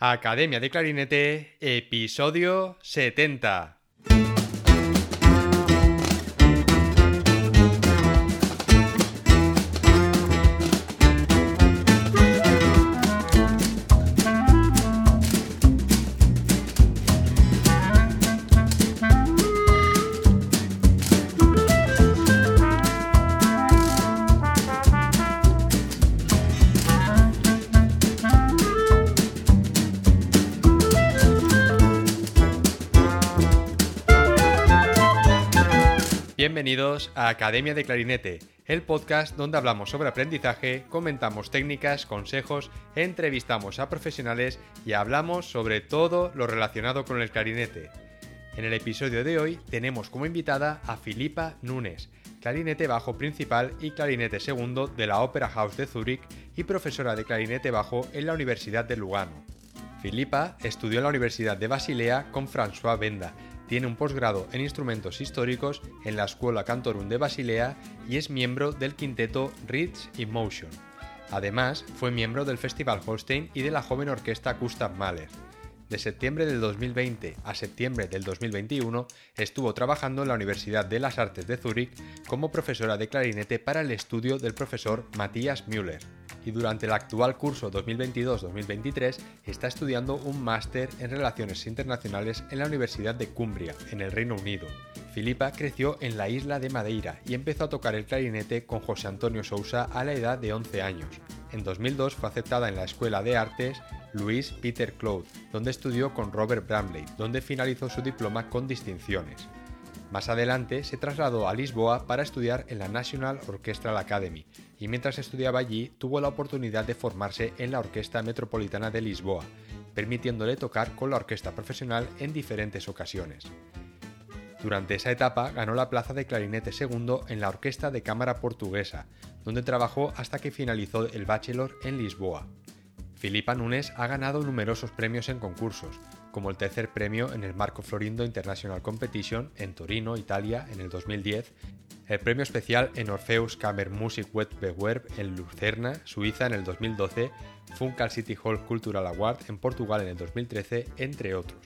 Academia de Clarinete, episodio 70. Bienvenidos a Academia de Clarinete, el podcast donde hablamos sobre aprendizaje, comentamos técnicas, consejos, entrevistamos a profesionales y hablamos sobre todo lo relacionado con el clarinete. En el episodio de hoy tenemos como invitada a Filipa Nunes, clarinete bajo principal y clarinete segundo de la Opera House de Zúrich y profesora de clarinete bajo en la Universidad de Lugano. Filipa estudió en la Universidad de Basilea con François Benda. Tiene un posgrado en instrumentos históricos en la Scuola Cantorum de Basilea y es miembro del quinteto Ritz in Motion. Además, fue miembro del Festival Holstein y de la joven orquesta Gustav Mahler. De septiembre del 2020 a septiembre del 2021 estuvo trabajando en la Universidad de las Artes de Zúrich como profesora de clarinete para el estudio del profesor Matthias Müller. Y durante el actual curso 2022-2023 está estudiando un máster en Relaciones Internacionales en la Universidad de Cumbria, en el Reino Unido. Filipa creció en la isla de Madeira y empezó a tocar el clarinete con José Antonio Sousa a la edad de 11 años. En 2002 fue aceptada en la Escuela de Artes Louis Peter Claude, donde estudió con Robert Bramley, donde finalizó su diploma con distinciones. Más adelante se trasladó a Lisboa para estudiar en la National Orchestral Academy y mientras estudiaba allí tuvo la oportunidad de formarse en la Orquesta Metropolitana de Lisboa, permitiéndole tocar con la orquesta profesional en diferentes ocasiones. Durante esa etapa ganó la plaza de clarinete segundo en la Orquesta de Cámara Portuguesa, donde trabajó hasta que finalizó el bachelor en Lisboa. Filipa Nunes ha ganado numerosos premios en concursos, como el tercer premio en el Marco Florindo International Competition en Torino, Italia, en el 2010, el premio especial en Orpheus Kammermusikwettbewerb en Lucerna, Suiza, en el 2012, Funchal City Hall Cultural Award en Portugal en el 2013, entre otros.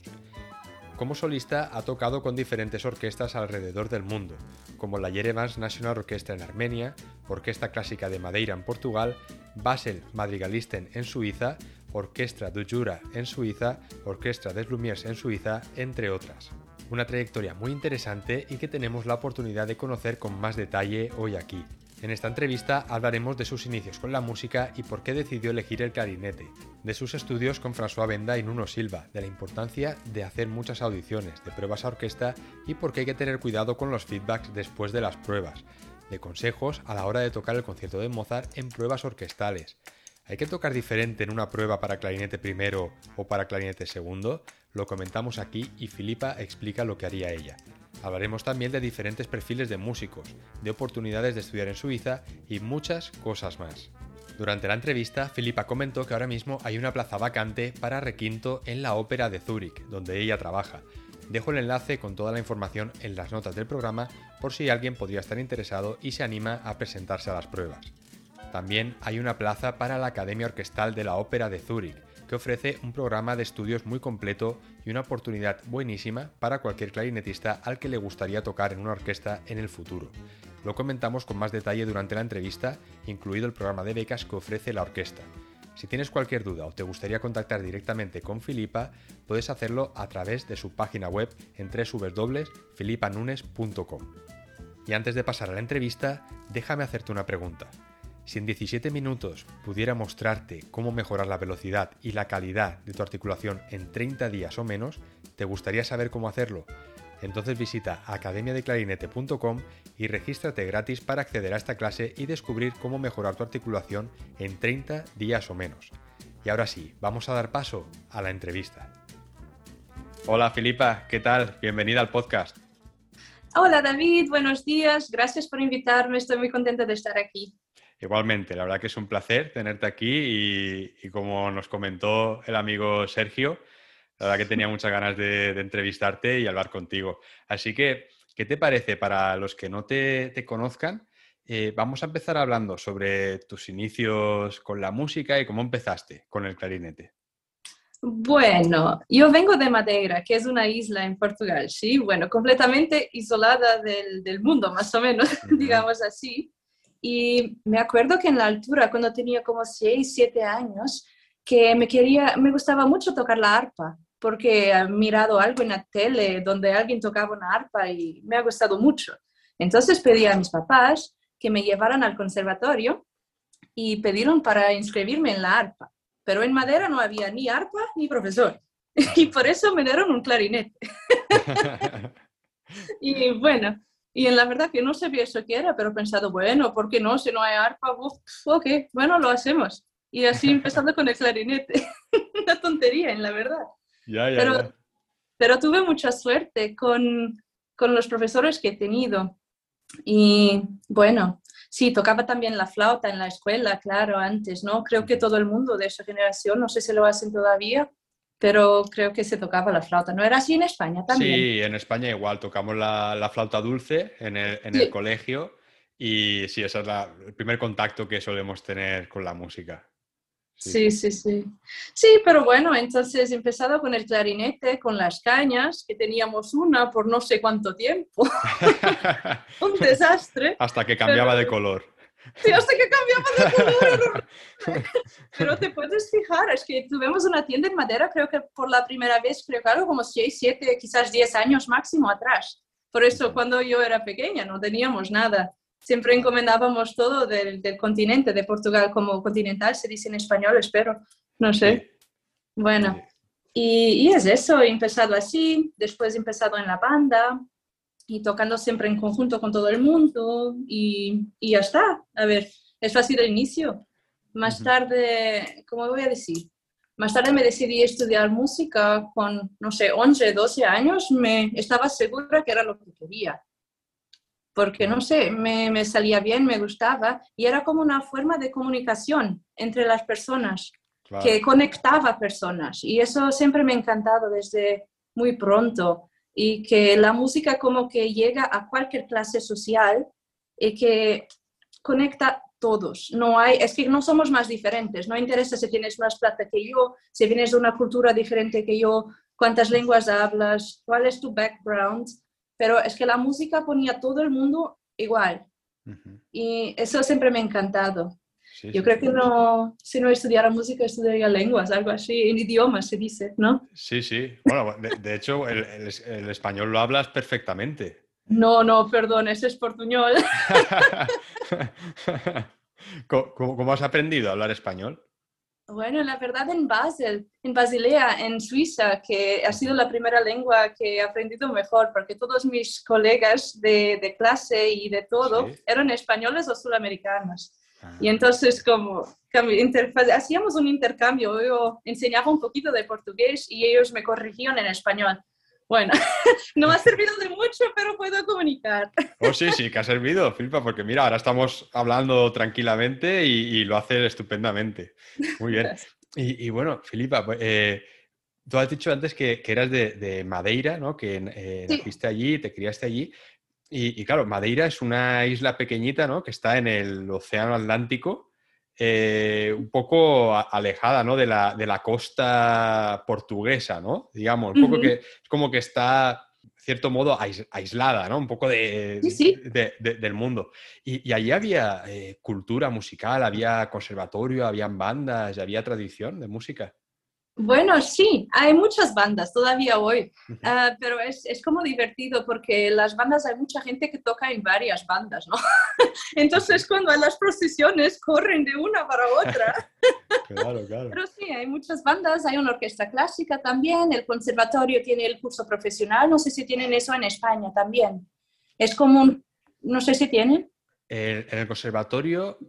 Como solista ha tocado con diferentes orquestas alrededor del mundo, como la Yerevan National Orchestra en Armenia, Orquesta Clásica de Madeira en Portugal, Basel Madrigalisten en Suiza, Orquestra du Jura en Suiza, Orquestra des Lumières en Suiza, entre otras. Una trayectoria muy interesante y que tenemos la oportunidad de conocer con más detalle hoy aquí. En esta entrevista hablaremos de sus inicios con la música y por qué decidió elegir el clarinete, de sus estudios con François Benda y Nuno Silva, de la importancia de hacer muchas audiciones, de pruebas a orquesta y por qué hay que tener cuidado con los feedbacks después de las pruebas, de consejos a la hora de tocar el concierto de Mozart en pruebas orquestales. ¿Hay que tocar diferente en una prueba para clarinete primero o para clarinete segundo? Lo comentamos aquí y Filipa explica lo que haría ella. Hablaremos también de diferentes perfiles de músicos, de oportunidades de estudiar en Suiza y muchas cosas más. Durante la entrevista, Filipa comentó que ahora mismo hay una plaza vacante para requinto en la Ópera de Zúrich, donde ella trabaja. Dejo el enlace con toda la información en las notas del programa por si alguien podría estar interesado y se anima a presentarse a las pruebas. También hay una plaza para la Academia Orquestal de la Ópera de Zúrich, que ofrece un programa de estudios muy completo y una oportunidad buenísima para cualquier clarinetista al que le gustaría tocar en una orquesta en el futuro. Lo comentamos con más detalle durante la entrevista, incluido el programa de becas que ofrece la orquesta. Si tienes cualquier duda o te gustaría contactar directamente con Filipa, puedes hacerlo a través de su página web en www.filipanunes.com. Y antes de pasar a la entrevista, déjame hacerte una pregunta. Si en 17 minutos pudiera mostrarte cómo mejorar la velocidad y la calidad de tu articulación en 30 días o menos, ¿te gustaría saber cómo hacerlo? Entonces visita academiadeclarinete.com y regístrate gratis para acceder a esta clase y descubrir cómo mejorar tu articulación en 30 días o menos. Y ahora sí, vamos a dar paso a la entrevista. Hola Filipa, ¿qué tal? Bienvenida al podcast. Hola David, buenos días, gracias por invitarme, estoy muy contenta de estar aquí. Igualmente, la verdad que es un placer tenerte aquí y como nos comentó el amigo Sergio, la verdad que tenía muchas ganas de entrevistarte y hablar contigo. Así que, ¿qué te parece para los que no te conozcan? Vamos a empezar hablando sobre tus inicios con la música y cómo empezaste con el clarinete. Bueno, yo vengo de Madeira, que es una isla en Portugal, ¿sí? Bueno, completamente isolada del mundo, más o menos, Ujú. digamos así. Y me acuerdo que en la altura, cuando tenía como 6, 7 años, que me gustaba mucho tocar la arpa, porque he mirado algo en la tele donde alguien tocaba una arpa y me ha gustado mucho. Entonces pedí a mis papás que me llevaran al conservatorio y pidieron para inscribirme en la arpa, pero en Madera no había ni arpa ni profesor y por eso me dieron un clarinete. Y bueno, y en la verdad que no sabía eso qué era, pero he pensado, bueno, ¿por qué no? Si no hay arpa, uf, ok, bueno, lo hacemos. Y así empezando con el clarinete. Una tontería, en la verdad. Ya, ya, Pero, ya. pero tuve mucha suerte con los profesores que he tenido. Y bueno, sí, tocaba también la flauta en la escuela, claro, antes, ¿no? Creo que Ujú. todo el mundo de esa generación, no sé si lo hacen todavía, pero creo que se tocaba la flauta. ¿No era así en España también? Sí, en España igual tocamos la flauta dulce en el Sí, colegio y sí, ese es el primer contacto que solemos tener con la música. Sí, sí, sí. sí, sí. Sí, pero bueno, entonces he empezado con el clarinete, con las cañas, que teníamos una por no sé cuánto tiempo. Un desastre, Hasta que pero cambiaba de color. sí, hasta que cambiaba de color, era horrible. Pero te puedes fijar, es que tuvimos una tienda en madera, creo que por la primera vez, creo que algo como 6, 7, quizás 10 años máximo atrás. Por eso Ujú. cuando yo era pequeña no teníamos nada. Siempre Vale. encomendábamos todo del continente, de Portugal como continental, se dice en español, espero, no Sí, sé. sí, Bueno, sí. y es eso, he empezado así, después he empezado en la banda y tocando siempre en conjunto con todo el mundo y ya está. A ver, eso ha sido el inicio. Más Ujú. tarde, ¿cómo voy a decir? Más tarde me decidí estudiar música con, no sé, 11, 12 años. Me estaba segura que era lo que quería, porque, no Vale, sé, me salía bien, me gustaba y era como una forma de comunicación entre las personas, que claro. conectaba personas y eso siempre me ha encantado desde muy pronto y que la música como que llega a cualquier clase social y que conecta todos. No hay, es que no somos más diferentes, no interesa si tienes más plata que yo, si vienes de una cultura diferente que yo, cuántas lenguas hablas, cuál es tu background, pero es que la música ponía a todo el mundo igual Ujú. y eso siempre me ha encantado. Sí, Yo sí, creo sí. que no, si no estudiara música, estudiaría lenguas, algo así, en idiomas se dice, ¿no? Sí, sí. Bueno, de hecho, el español lo hablas perfectamente. No, no, perdón, ese es portuñol. ¿Cómo has aprendido a hablar español? Bueno, la verdad en Basel, en Basilea, en Suiza, que ha sido Ujú. la primera lengua que he aprendido mejor, porque todos mis colegas de clase y de todo Sí. eran españoles o sudamericanos. Y Ah, entonces como hacíamos un intercambio, yo enseñaba un poquito de portugués y ellos me corrigían en español. Bueno, no me ha servido de mucho, pero puedo comunicar. oh, sí, sí, que ha servido, Filipa, porque mira, ahora estamos hablando tranquilamente y lo haces estupendamente. Muy bien. Y bueno, Filipa, pues, tú has dicho antes que eras de Madeira, ¿no? Que Sí, naciste allí, te criaste allí. Y claro, Madeira es una isla pequeñita, ¿no? Que está en el Océano Atlántico, un poco alejada, ¿no? De la costa portuguesa, ¿no? Digamos, un poco que ujú, es como que está, de cierto modo, aislada, ¿no? Un poco sí, sí. del mundo. Y allí había cultura musical, había conservatorio, habían bandas, había tradición de música. Bueno, sí, hay muchas bandas todavía hoy, Ujú. pero es como divertido porque las bandas hay mucha gente que toca en varias bandas, ¿no? Sí, sí. Entonces cuando hay las procesiones corren de una para otra. Claro, claro. Pero sí, hay muchas bandas, hay una orquesta clásica también, el conservatorio tiene el curso profesional, no sé si tienen eso en España también. Es como un, no sé si tienen. En el conservatorio,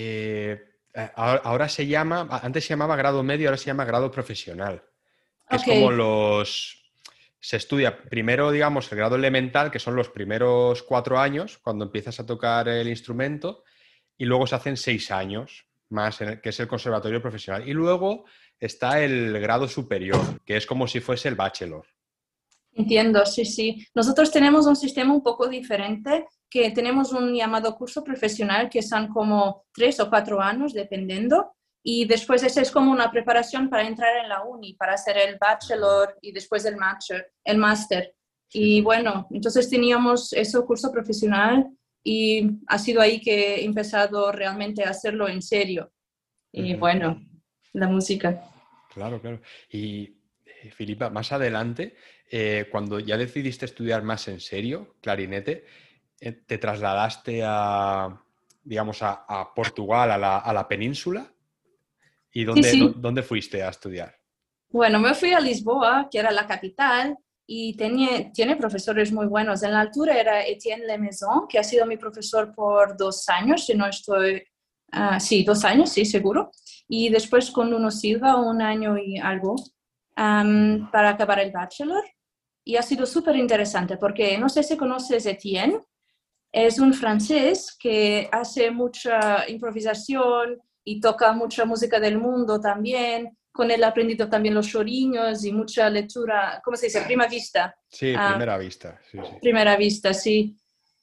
ahora se llama, antes se llamaba grado medio, ahora se llama grado profesional, que es Ok, como se estudia primero, digamos, el grado elemental, que son los primeros 4 años, cuando empiezas a tocar el instrumento, y luego se hacen 6 años más, que es el conservatorio profesional. Y luego está el grado superior, que es como si fuese el bachelor. entiendo, sí, sí. Nosotros tenemos un sistema un poco diferente, que tenemos un llamado curso profesional que son como 3 o 4 años, dependiendo, Y después esa es como una preparación para entrar en la uni, para hacer el bachelor y después el máster. Sí, Y sí. bueno, entonces teníamos ese curso profesional y ha sido ahí que he empezado realmente a hacerlo en serio. Y Ujú. bueno, la música. Claro, claro. Y Filipa, más adelante, cuando ya decidiste estudiar más en serio clarinete, ¿te trasladaste a, digamos, a Portugal, a la península? ¿Y Sí, sí. dónde fuiste a estudiar? Bueno, me fui a Lisboa, que era la capital, y tiene profesores muy buenos. En la altura era Etienne Lemaison, que ha sido mi profesor por 2 años, si no estoy, sí, 2 años, sí, seguro. Y después con Nuno Silva, 1 año y algo, Ujú. para acabar el bachelor. Y ha sido súper interesante porque no sé si conoces Etienne, es un francés que hace mucha improvisación y toca mucha música del mundo también. Con él he aprendido también los choriños y mucha lectura, ¿cómo se dice? Prima vista. Sí, Ah, primera vista, sí, sí. primera vista, sí.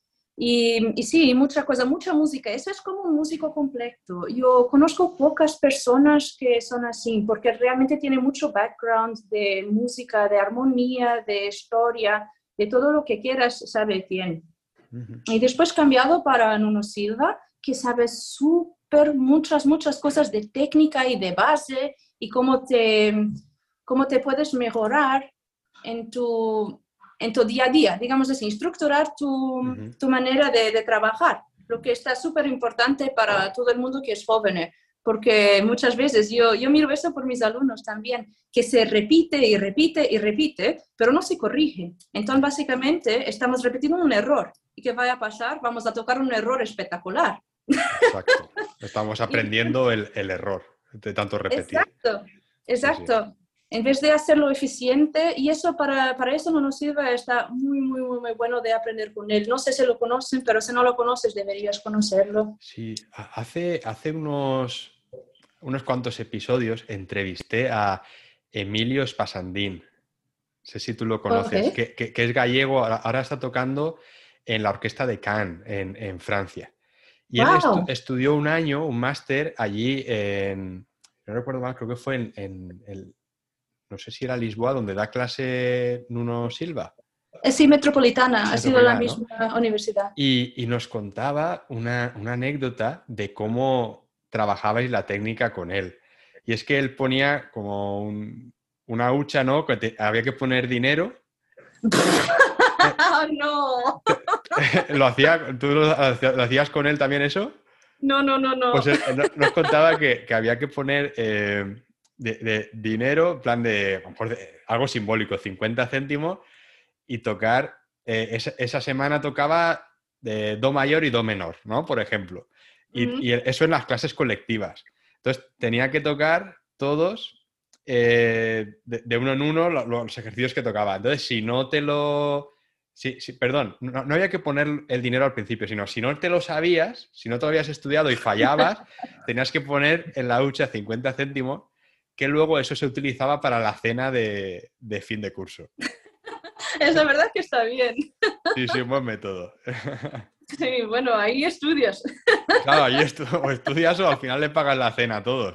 Y sí, mucha cosa, mucha música. Eso es como un músico completo. Yo conozco pocas personas que son así, porque realmente tiene mucho background de música, de armonía, de historia, de todo lo que quieras, sabe bien. Ujú. Y después cambiado para Nuno Silva, que sabe súper muchas cosas de técnica y de base y cómo te puedes mejorar en tu día a día, digamos así, estructurar Ujú. tu manera de trabajar, lo que está súper importante para todo el mundo que es joven, porque muchas veces yo miro eso por mis alumnos también, que se repite y repite y repite, pero no se corrige. Entonces, básicamente, estamos repitiendo un error. ¿Y qué va a pasar? Vamos a tocar un error espectacular. Exacto. Estamos Y aprendiendo el error de tanto repetir. exacto, Sí, sí. exacto. En vez de hacerlo eficiente, y eso para eso no nos sirve, está muy, muy, muy, muy bueno de aprender con él. No sé si lo conocen, pero si no lo conoces, deberías conocerlo. Sí, hace unos cuantos episodios entrevisté a Emilio Spasandín. No sé si tú lo Ok. conoces, que es gallego, ahora está tocando en la orquesta de Cannes, en Francia. Y él Wow. estudió un año, un máster allí no recuerdo mal, creo que fue no sé si era Lisboa, donde da clase Nuno Silva, Sí, Metropolitana, ha sido la Metropolitana, ¿no? misma universidad. Y nos contaba una anécdota de cómo trabajabais la técnica con él. Y es que él ponía como una hucha, ¿no? Que había que poner dinero. Eh, Oh, no, ¿Tú lo hacías con él también eso? no, no, no, Pues no. él nos contaba que había que poner de dinero, en plan de, a lo mejor algo simbólico, 50 céntimos, y tocar, esa semana tocaba de do mayor y do menor, ¿no? Por ejemplo. Y Ujú. eso en las clases colectivas. Entonces, tenía que tocar todos de uno en uno los ejercicios que tocaba. Entonces, si no te lo... perdón, no había que poner el dinero al principio, sino si no te lo sabías, si no te lo habías estudiado y fallabas, tenías que poner en la hucha 50 céntimos, que luego eso se utilizaba para la cena de fin de curso. Es la verdad que está bien. Sí, sí, un buen método. Sí, bueno, ahí estudias. Claro, allí o estudias o al final le pagas la cena a todos.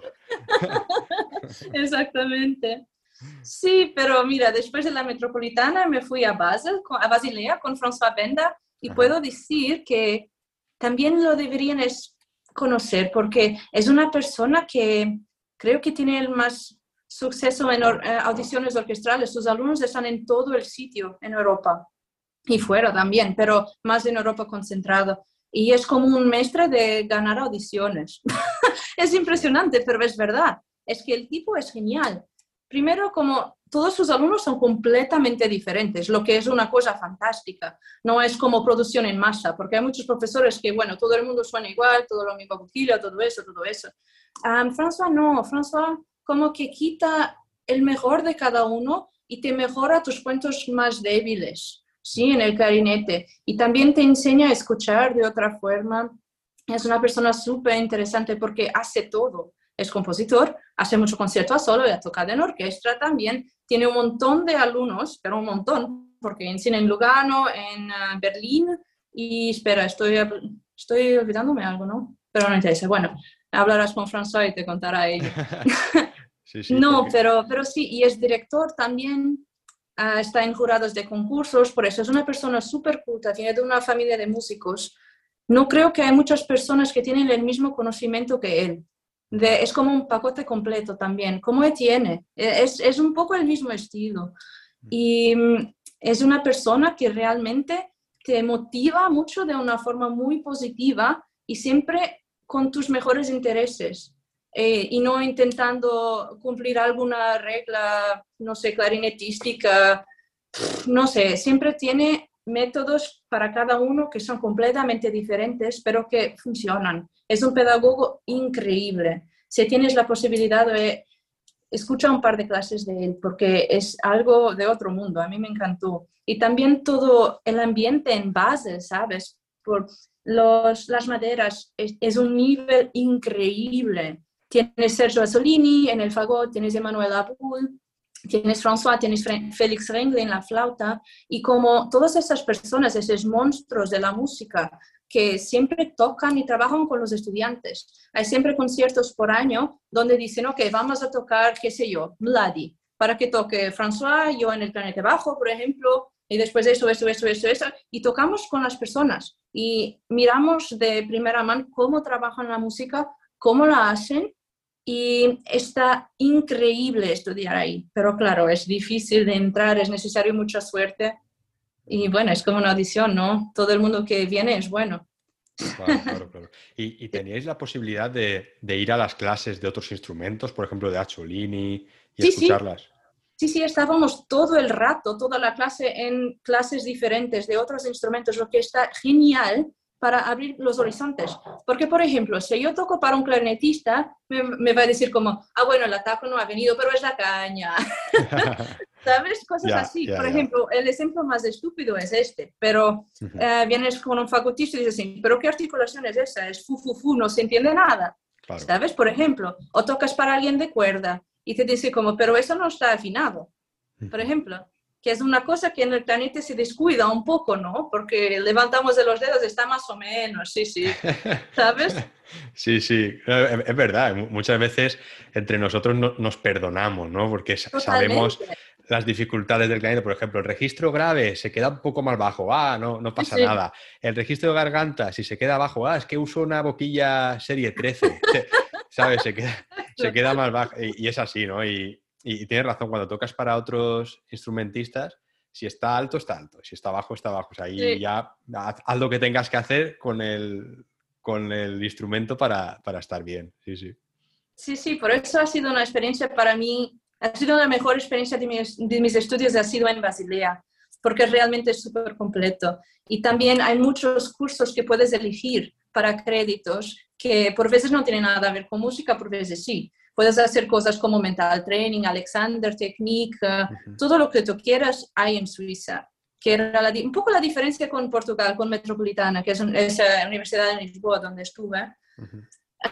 Exactamente. Sí, pero mira, después de la Metropolitana me fui a Basel, a Basilea con François Benda y Ajá. puedo decir que también lo deberían conocer porque es una persona que creo que tiene el más suceso en audiciones orquestales. Sus alumnos están en todo el sitio en Europa y fuera también, pero más en Europa concentrado. Y es como un maestro de ganar audiciones. Es Sí. impresionante, pero es verdad. Es que el tipo es genial. Primero, como todos sus alumnos son completamente diferentes, lo que es una cosa fantástica. No es como producción en masa, porque hay muchos profesores que, bueno, todo el mundo suena igual, todo lo mismo boquilla, todo eso, todo eso. François no, François como que quita el mejor de cada uno y te mejora tus puntos más débiles, ¿sí? En el clarinete. Y también te enseña a escuchar de otra forma. Es una persona súper interesante porque hace todo. Es compositor, hace mucho concierto a solo y ha tocado en orquesta también. Tiene un montón de alumnos, pero un montón, porque enseña en Lugano, en Berlín y espera, estoy olvidándome algo, ¿no? Pero no me interesa. Bueno, Hablarás con François y te contará ella. Sí, sí, No, porque... pero sí, y es director también, está en jurados de concursos, por eso es una persona súper culta, tiene de una familia de músicos. No creo que hay muchas personas que tienen el mismo conocimiento que él. Es como un pacote completo también, como él tiene. Es un poco el mismo estilo. Y es una persona que realmente te motiva mucho de una forma muy positiva y siempre con tus mejores intereses. Y no intentando cumplir alguna regla, no sé, clarinetística, no sé, siempre tiene métodos para cada uno que son completamente diferentes, pero que funcionan. Es un pedagogo increíble. Si tienes la posibilidad de escuchar un par de clases de él, porque es algo de otro mundo, a mí me encantó. Y también todo el ambiente en base, ¿sabes? Por las maderas, es un nivel increíble. Tienes Sergio Asolini en el fagot, tienes Emmanuel Aboul, tienes François, tienes Félix Rengle en la flauta, y como todas esas personas, esos monstruos de la música, que siempre tocan y trabajan con los estudiantes. Hay siempre conciertos por año donde dicen, ok, vamos a tocar, qué sé yo, Mladi, para que toque François, yo en el planeta bajo, por ejemplo, y después eso, y tocamos con las personas y miramos de primera mano cómo trabajan la música, cómo la hacen, y está increíble estudiar ahí, pero claro, es difícil de entrar, es necesario mucha suerte y bueno, es como una audición, ¿no? Todo el mundo que viene es bueno. Claro, claro, claro. ¿Y teníais la posibilidad de ir a las clases de otros instrumentos, por ejemplo, de Acciolini, y Sí, sí, escucharlas? sí, sí, estábamos todo el rato, toda la clase en clases diferentes de otros instrumentos, lo que está genial para abrir los horizontes. Porque, por ejemplo, si yo toco para un clarinetista, me va a decir como, bueno, el ataque no ha venido, pero es la caña. ¿Sabes? Cosas Ya, así. ya, Por ya. ejemplo, el ejemplo más estúpido es este, pero Ujú. vienes con un fagotista y dices así, ¿pero qué articulación es esa? Es fu, fu, fu, no se entiende nada. Claro. ¿Sabes? Por ejemplo, o tocas para alguien de cuerda y te dice como, pero eso no está afinado, por Ujú. ejemplo, que es una cosa que en el planeta se descuida un poco, ¿no? Porque levantamos de los dedos, está más o menos, sí, sí, ¿sabes? Sí, sí, es verdad. Muchas veces entre nosotros nos perdonamos, ¿no? Porque sabemos Totalmente, las dificultades del clarinete. Por ejemplo, el registro grave se queda un poco más bajo. No, no sí, pasa sí, nada. El registro de garganta, si se queda bajo, es que uso una boquilla serie 13. ¿Sabes? Se queda más bajo. Y es así, ¿no? Y tienes razón, cuando tocas para otros instrumentistas, si está alto, está alto. Si está bajo, está bajo. O sea, ahí sí, ya haz lo que tengas que hacer con el instrumento para estar bien. Sí, sí. sí, sí, por eso ha sido una experiencia para mí, ha sido la mejor experiencia de mis estudios, ha sido en Basilea, porque realmente es súper completo. Y también hay muchos cursos que puedes elegir para créditos que por veces no tienen nada a ver con música, por veces sí. Puedes hacer cosas como mental training, Alexander Technique, Ujú, todo lo que tú quieras hay en Suiza, que era un poco la diferencia con Portugal, con Metropolitana, que es esa universidad en Lisboa donde estuve. ujú.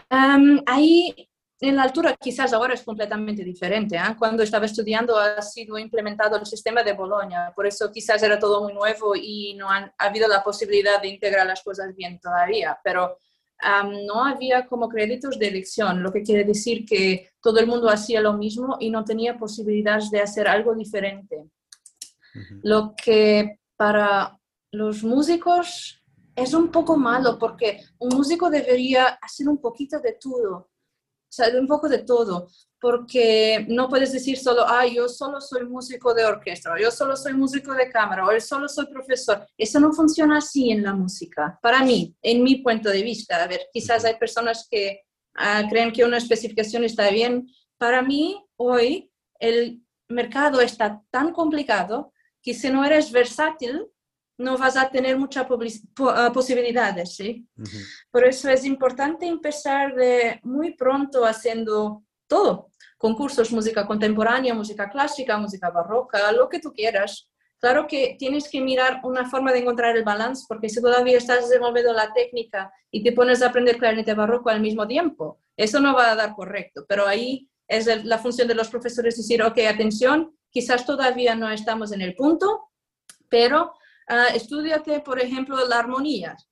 Ahí en la altura quizás ahora es completamente diferente. Cuando estaba estudiando ha sido implementado el sistema de Bolonia, por eso quizás era todo muy nuevo y no ha habido la posibilidad de integrar las cosas bien todavía, pero no había como créditos de elección, lo que quiere decir que todo el mundo hacía lo mismo y no tenía posibilidades de hacer algo diferente. Ujú. Lo que para los músicos es un poco malo porque un músico debería hacer un poquito de todo, o sea, un poco de todo, porque no puedes decir solo, yo solo soy músico de orquesta, o yo solo soy músico de cámara, o yo solo soy profesor. Eso no funciona así en la música, para mí, en mi punto de vista. A ver, quizás Ujú. hay personas que creen que una especificación está bien. Para mí, hoy, el mercado está tan complicado que si no eres versátil, no vas a tener muchas posibilidades, ¿sí? Ujú. Por eso es importante empezar de muy pronto haciendo todo, concursos, música contemporánea, música clásica, música barroca, lo que tú quieras. Claro que tienes que mirar una forma de encontrar el balance, porque si todavía estás desenvolviendo la técnica y te pones a aprender clarinete barroco al mismo tiempo, eso no va a dar correcto, pero ahí es la función de los profesores decir, ok, atención, quizás todavía no estamos en el punto, pero estudiate, por ejemplo, la armonía,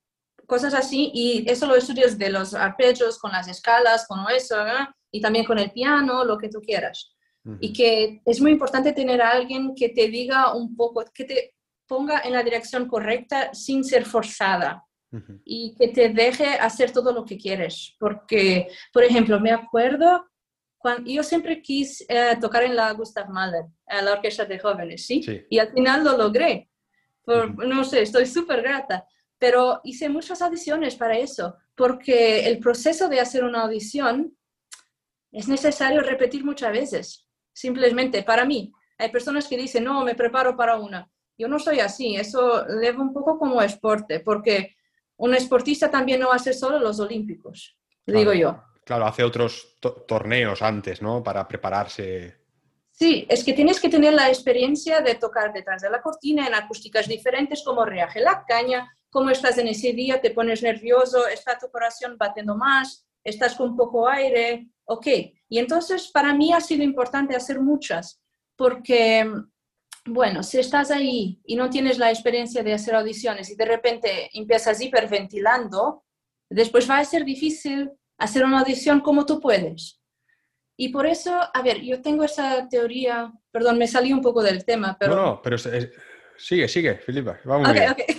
cosas así, y eso lo estudias de los arpegios, con las escalas, con eso, ¿verdad? Y también con el piano, lo que tú quieras. Y que es muy importante tener a alguien que te diga un poco, que te ponga en la dirección correcta sin ser forzada y que te deje hacer todo lo que quieres. Porque, por ejemplo, me acuerdo cuando yo siempre quise tocar en la Gustav Mahler, en la orquesta de jóvenes, ¿sí? Sí. Y al final lo logré. No sé, estoy súper grata. Pero hice muchas audiciones para eso, porque el proceso de hacer una audición es necesario repetir muchas veces. Simplemente, para mí, hay personas que dicen, no, me preparo para una. Yo no soy así, eso le veo un poco como deporte, porque un esportista también no hace solo los olímpicos, digo Claro, yo. claro, hace otros torneos antes, ¿no? Para prepararse. Sí, es que tienes que tener la experiencia de tocar detrás de la cortina en acústicas diferentes, cómo reage la caña, cómo estás en ese día, te pones nervioso, está tu corazón batiendo más, estás con poco aire, ok. Y entonces para mí ha sido importante hacer muchas, porque, bueno, si estás ahí y no tienes la experiencia de hacer audiciones y de repente empiezas hiperventilando, después va a ser difícil hacer una audición como tú puedes. Y por eso, a ver, yo tengo esa teoría, perdón, me salí un poco del tema, No, pero... no, pero sigue, Filipa, va muy Ok, bien. ok.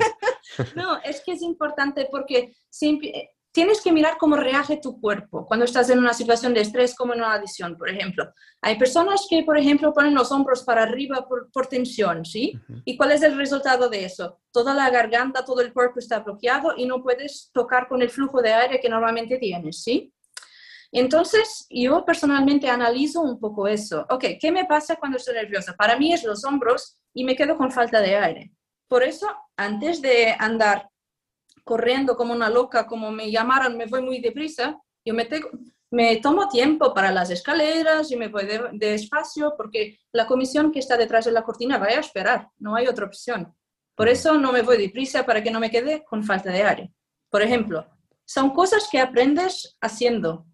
No, es que es importante porque tienes que mirar cómo reage tu cuerpo cuando estás en una situación de estrés como en una audición, por ejemplo. Hay personas que, por ejemplo, ponen los hombros para arriba por tensión, ¿sí? ¿Y cuál es el resultado de eso? Toda la garganta, todo el cuerpo está bloqueado y no puedes tocar con el flujo de aire que normalmente tienes, ¿sí? Entonces, yo personalmente analizo un poco eso. Ok, ¿qué me pasa cuando estoy nerviosa? Para mí es los hombros y me quedo con falta de aire. Por eso, antes de andar corriendo como una loca, como me llamaron, me voy muy deprisa, yo me tomo tiempo para las escaleras y me voy despacio porque la comisión que está detrás de la cortina va a esperar, no hay otra opción. Por eso no me voy deprisa para que no me quede con falta de aire. Por ejemplo, son cosas que aprendes haciendo.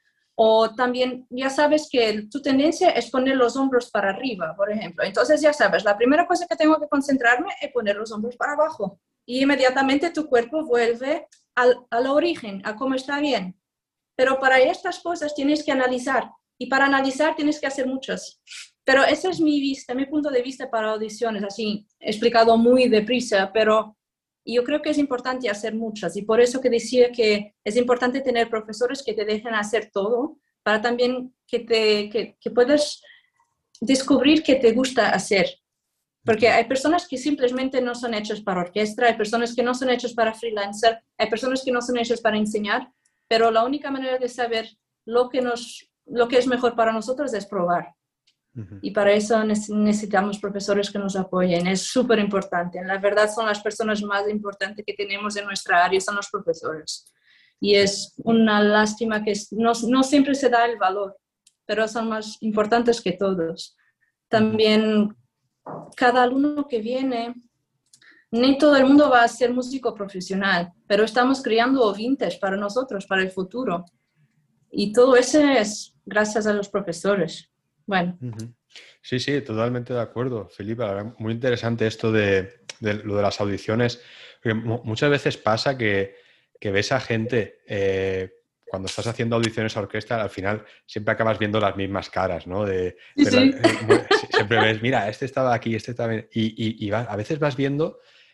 O también ya sabes que tu tendencia es poner los hombros para arriba, por ejemplo. Entonces ya sabes, la primera cosa que tengo que concentrarme es poner los hombros para abajo. Y inmediatamente tu cuerpo vuelve al origen, a cómo está bien. Pero para estas cosas tienes que analizar. Y para analizar tienes que hacer muchas. Pero ese es mi punto de vista para audiciones, así explicado muy deprisa, pero yo creo que es importante hacer muchas y por eso que decía que es importante tener profesores que te dejen hacer todo para también que puedas descubrir qué te gusta hacer. Porque hay personas que simplemente no son hechas para orquesta, hay personas que no son hechas para freelancer, hay personas que no son hechas para enseñar, pero la única manera de saber lo que es mejor para nosotros es probar. Y para eso necesitamos profesores que nos apoyen. Es súper importante. La verdad son las personas más importantes que tenemos en nuestra área, son los profesores. Y es una lástima que no siempre se da el valor, pero son más importantes que todos. También cada alumno que viene, ni todo el mundo va a ser músico profesional, pero estamos creando oyentes para nosotros, para el futuro. Y todo eso es gracias a los profesores. Bueno. Sí, sí, totalmente de acuerdo, Felipe. La verdad, muy interesante esto de lo de las audiciones. Porque muchas veces pasa que ves a gente, cuando estás haciendo audiciones a orquesta, al final siempre acabas viendo las mismas caras, ¿no? Sí, sí. Siempre ves, mira, este estaba aquí, este estaba... Y a veces vas viendo,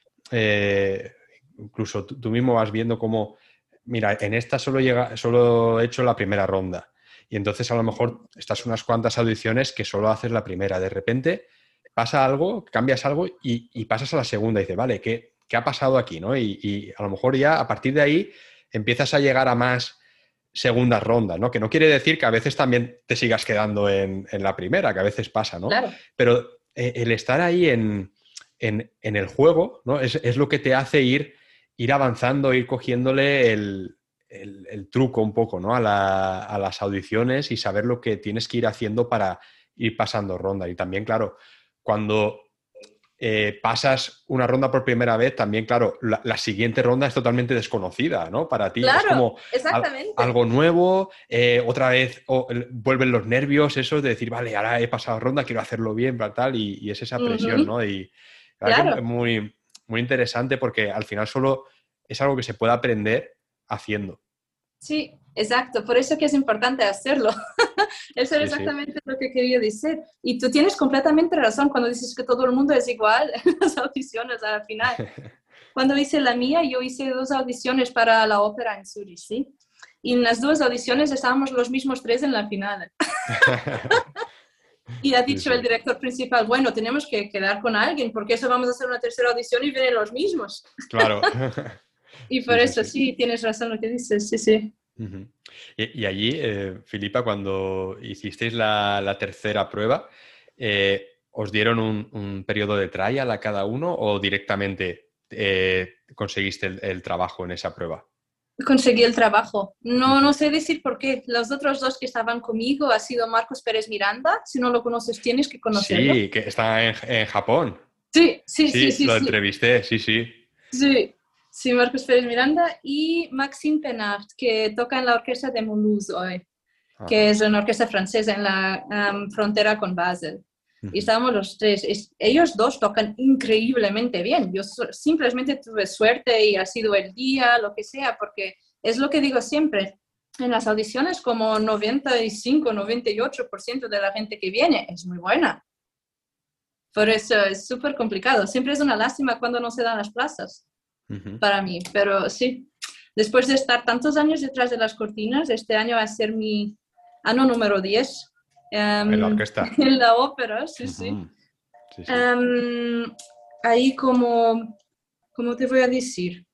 incluso tú mismo vas viendo cómo, mira, en esta solo he hecho la primera ronda. Y entonces a lo mejor estás unas cuantas audiciones que solo haces la primera. De repente pasa algo, cambias algo y pasas a la segunda y dices, vale, ¿qué ha pasado aquí? ¿No? Y a lo mejor ya a partir de ahí empiezas a llegar a más segundas rondas, ¿no? Que no quiere decir que a veces también te sigas quedando en la primera, que a veces pasa, ¿no? Claro. Pero el estar ahí en el juego, ¿no? Es lo que te hace ir avanzando, ir cogiéndole el truco un poco, ¿no? A las audiciones y saber lo que tienes que ir haciendo para ir pasando ronda. Y también, claro, cuando pasas una ronda por primera vez, también, claro, la siguiente ronda es totalmente desconocida, ¿no? Para ti es Claro, como exactamente. algo nuevo, otra vez vuelven los nervios, eso de decir, vale, ahora he pasado ronda, quiero hacerlo bien, tal, y es esa presión, ¿no? Y la verdad que Claro. es muy, muy interesante porque al final solo es algo que se puede aprender haciendo. Sí, exacto. Por eso que es importante hacerlo. Eso es Sí, sí. exactamente lo que quería decir. Y tú tienes completamente razón cuando dices que todo el mundo es igual en las audiciones al final. Cuando hice la mía, yo hice 2 audiciones para la ópera en Zurich, ¿sí? Y en las 2 audiciones estábamos los mismos 3 en la final. Y ha Sí, dicho el sí, director principal, bueno, tenemos que quedar con alguien, porque eso vamos a hacer una tercera audición y vienen los mismos. claro. Y por Sí, sí, eso sí. sí, tienes razón lo que dices, sí, sí. Ujú. Y allí, Filipa, cuando hicisteis la tercera prueba, ¿os dieron un periodo de trial a cada uno o directamente conseguiste el trabajo en esa prueba? Conseguí el trabajo. No, Ujú. no sé decir por qué. Los otros 2 que estaban conmigo ha sido Marcos Pérez Miranda. Si no lo conoces, tienes que conocerlo. Sí, que está en Japón. Sí, sí, sí, Sí, sí, lo sí. entrevisté, sí, sí. Sí, sí, Marcos Pérez Miranda y Maxime Penard, que toca en la orquesta de Mulhouse hoy, que Ajá. es una orquesta francesa en la frontera con Basel. Y Ujú. estábamos los 3. Ellos 2 tocan increíblemente bien. Yo simplemente tuve suerte y ha sido el día, lo que sea, porque es lo que digo siempre. En las audiciones, como 95-98% de la gente que viene es muy buena. Por eso es súper complicado. Siempre es una lástima cuando no se dan las plazas Ujú. para mí, pero sí. Después de estar tantos años detrás de las cortinas, este año va a ser mi año número 10 En la orquesta. en la ópera, sí, sí. Ujú. Sí, sí. Em, Ahí como te voy a decir,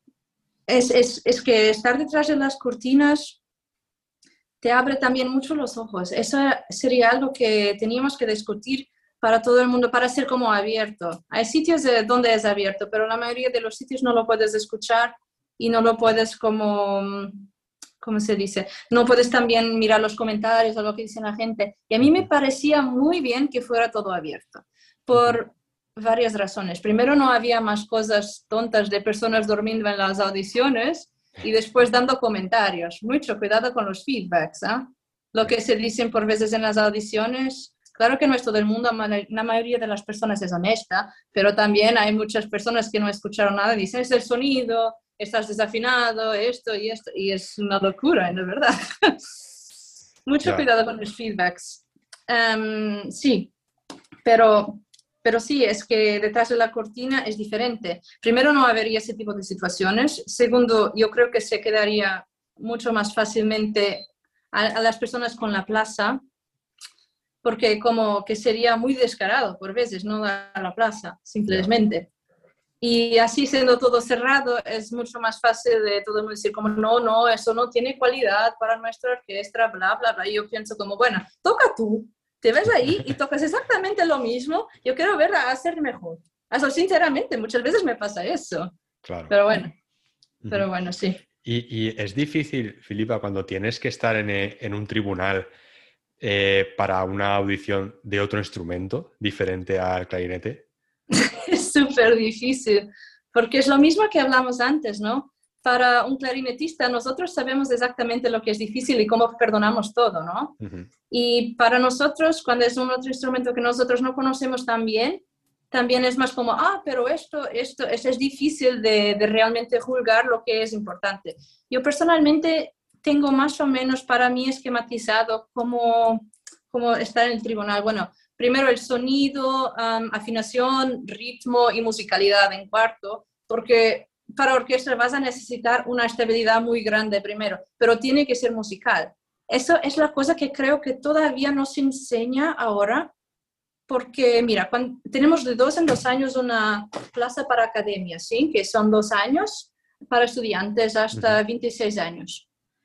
es que estar detrás de las cortinas te abre también mucho los ojos. Eso sería algo que teníamos que discutir para todo el mundo, para ser como abierto. Hay sitios donde es abierto, pero la mayoría de los sitios no lo puedes escuchar y no lo puedes como, ¿cómo se dice? No puedes también mirar los comentarios o lo que dice la gente. Y a mí me Ujú. parecía muy bien que fuera todo abierto, Ujú. por varias razones. Primero, no había más cosas tontas de personas durmiendo en las audiciones y después dando comentarios. Mucho cuidado con los feedbacks, ¿eh? Lo que se dicen por veces en las audiciones. Claro que no es todo el mundo, la mayoría de las personas es honesta, pero también hay muchas personas que no escucharon nada y dicen, es el sonido, estás desafinado, esto, y es una locura, ¿no es verdad? Mucho Ya. cuidado con los feedbacks. Sí, pero, pero sí, es que detrás de la cortina es diferente. Primero, no habría ese tipo de situaciones. Segundo, yo creo que se quedaría mucho más fácilmente a las personas con la plaza, porque como que sería muy descarado por veces no dar la plaza, Ya. simplemente. Y así siendo todo cerrado, es mucho más fácil de todo el mundo decir como, no, no, eso no tiene cualidad para nuestra orquesta, bla, bla, bla. Y yo pienso como, bueno, toca tú, te ves ahí y tocas exactamente lo mismo, yo quiero verla hacer mejor. Eso, sinceramente, muchas veces me pasa eso. Claro. Ujú. Pero bueno, sí. Y es difícil, Filipa, cuando tienes que estar en un tribunal para una audición de otro instrumento diferente al clarinete. Es súper difícil, porque es lo mismo que hablamos antes, ¿no? Para un clarinetista, nosotros sabemos exactamente lo que es difícil y cómo perdonamos todo, ¿no? Ujú. Y para nosotros, cuando es un otro instrumento que nosotros no conocemos tan bien, también es más como, pero esto es difícil de realmente juzgar lo que es importante. Yo personalmente tengo más o menos para mí esquematizado cómo estar en el tribunal. Bueno, primero el sonido, afinación, ritmo y musicalidad en cuarto, porque para orquesta vas a necesitar una estabilidad muy grande primero, pero tiene que ser musical. Eso es la cosa que creo que todavía no se enseña ahora, porque mira, tenemos de 2 en 2 años una plaza para academia, ¿sí? Que son 2 años para estudiantes Ujú. hasta 26 años.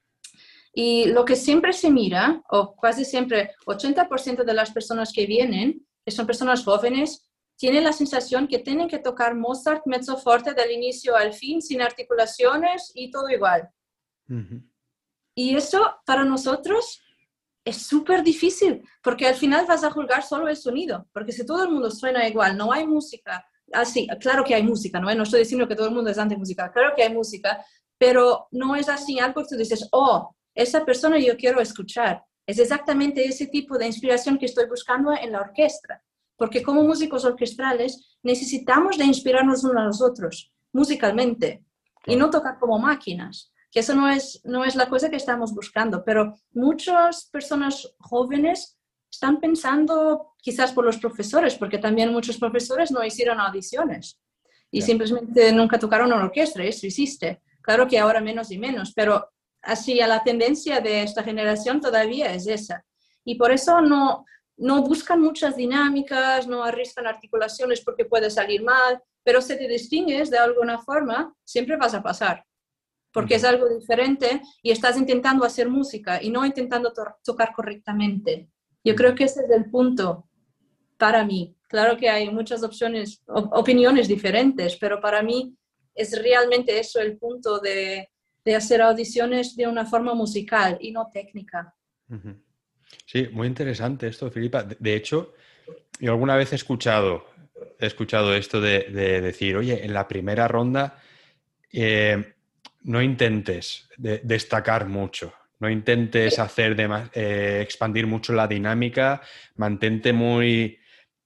Y lo que siempre se mira, o casi siempre 80% de las personas que vienen, que son personas jóvenes, tienen la sensación que tienen que tocar Mozart mezzo forte del inicio al fin, sin articulaciones y todo igual. Ujú. Y eso para nosotros es súper difícil, porque al final vas a juzgar solo el sonido, porque si todo el mundo suena igual, no hay música, así, claro que hay música, ¿no? No estoy diciendo que todo el mundo es anti-música, claro que hay música, pero no es así algo que tú dices, esa persona yo quiero escuchar. Es exactamente ese tipo de inspiración que estoy buscando en la orquesta, porque como músicos orquestales necesitamos de inspirarnos unos a los otros, musicalmente. y Claro. no tocar como máquinas, que eso no es la cosa que estamos buscando, pero muchas personas jóvenes están pensando, quizás por los profesores, porque también muchos profesores no hicieron audiciones y Ya. simplemente nunca tocaron una orquesta, eso existe. Claro que ahora menos y menos, pero así a la tendencia de esta generación todavía es esa. Y por eso no buscan muchas dinámicas, no arriesgan articulaciones porque puede salir mal, pero si te distingues de alguna forma, siempre vas a pasar, porque es Ujú. algo diferente y estás intentando hacer música y no intentando tocar correctamente. Yo creo Ujú. que ese es el punto para mí. Claro que hay muchas opciones, opiniones diferentes, pero para mí es realmente eso el punto de hacer audiciones de una forma musical y no técnica. Ujú. Sí, muy interesante esto, Filipa. De hecho, yo alguna vez he escuchado esto de decir, oye, en la primera ronda eh, no intentes destacar mucho, no intentes expandir mucho la dinámica, mantente muy,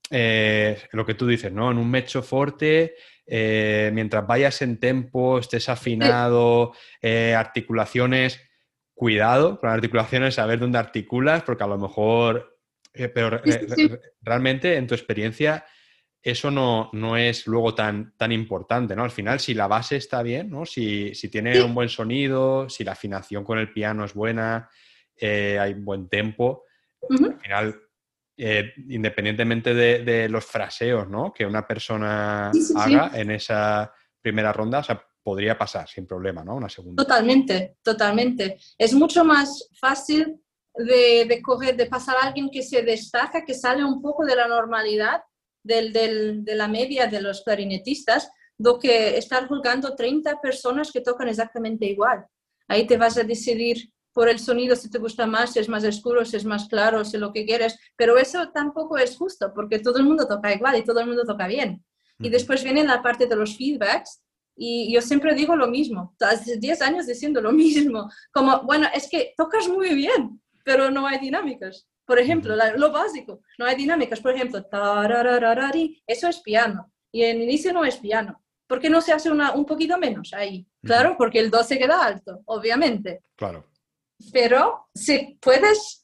lo que tú dices, ¿no? En un mezzo forte, mientras vayas en tempo, estés Sí, afinado, articulaciones, cuidado con las articulaciones, saber dónde articulas, porque a lo mejor, pero sí, sí, sí. realmente en tu experiencia eso no es luego tan importante, ¿no? Al final, si la base está bien, ¿no? Si tiene un Sí. buen sonido, si la afinación con el piano es buena, hay buen tempo, al Ujú. final, independientemente de los fraseos, ¿no? Que una Sí, persona sí, haga sí. en esa primera ronda, o sea, podría pasar sin problema, ¿no? Una segunda. Totalmente, totalmente. Es mucho más fácil de pasar a alguien que se destaca, que sale un poco de la normalidad de la media de los clarinetistas, do que estar juzgando 30 personas que tocan exactamente igual. Ahí te vas a decidir por el sonido si te gusta más, si es más oscuro, si es más claro, si lo que quieres, pero eso tampoco es justo porque todo el mundo toca igual y todo el mundo toca bien. Y Ujú. después viene la parte de los feedbacks y yo siempre digo lo mismo, hace 10 años diciendo lo mismo, como, bueno, es que tocas muy bien, pero no hay dinámicas. Por ejemplo, Ujú. lo básico, no hay dinámicas. Por ejemplo, tararararari, eso es piano. Y en inicio no es piano. ¿Por qué no se hace un poquito menos ahí? Ujú. Claro, porque el do se queda alto, obviamente. Claro, Pero si puedes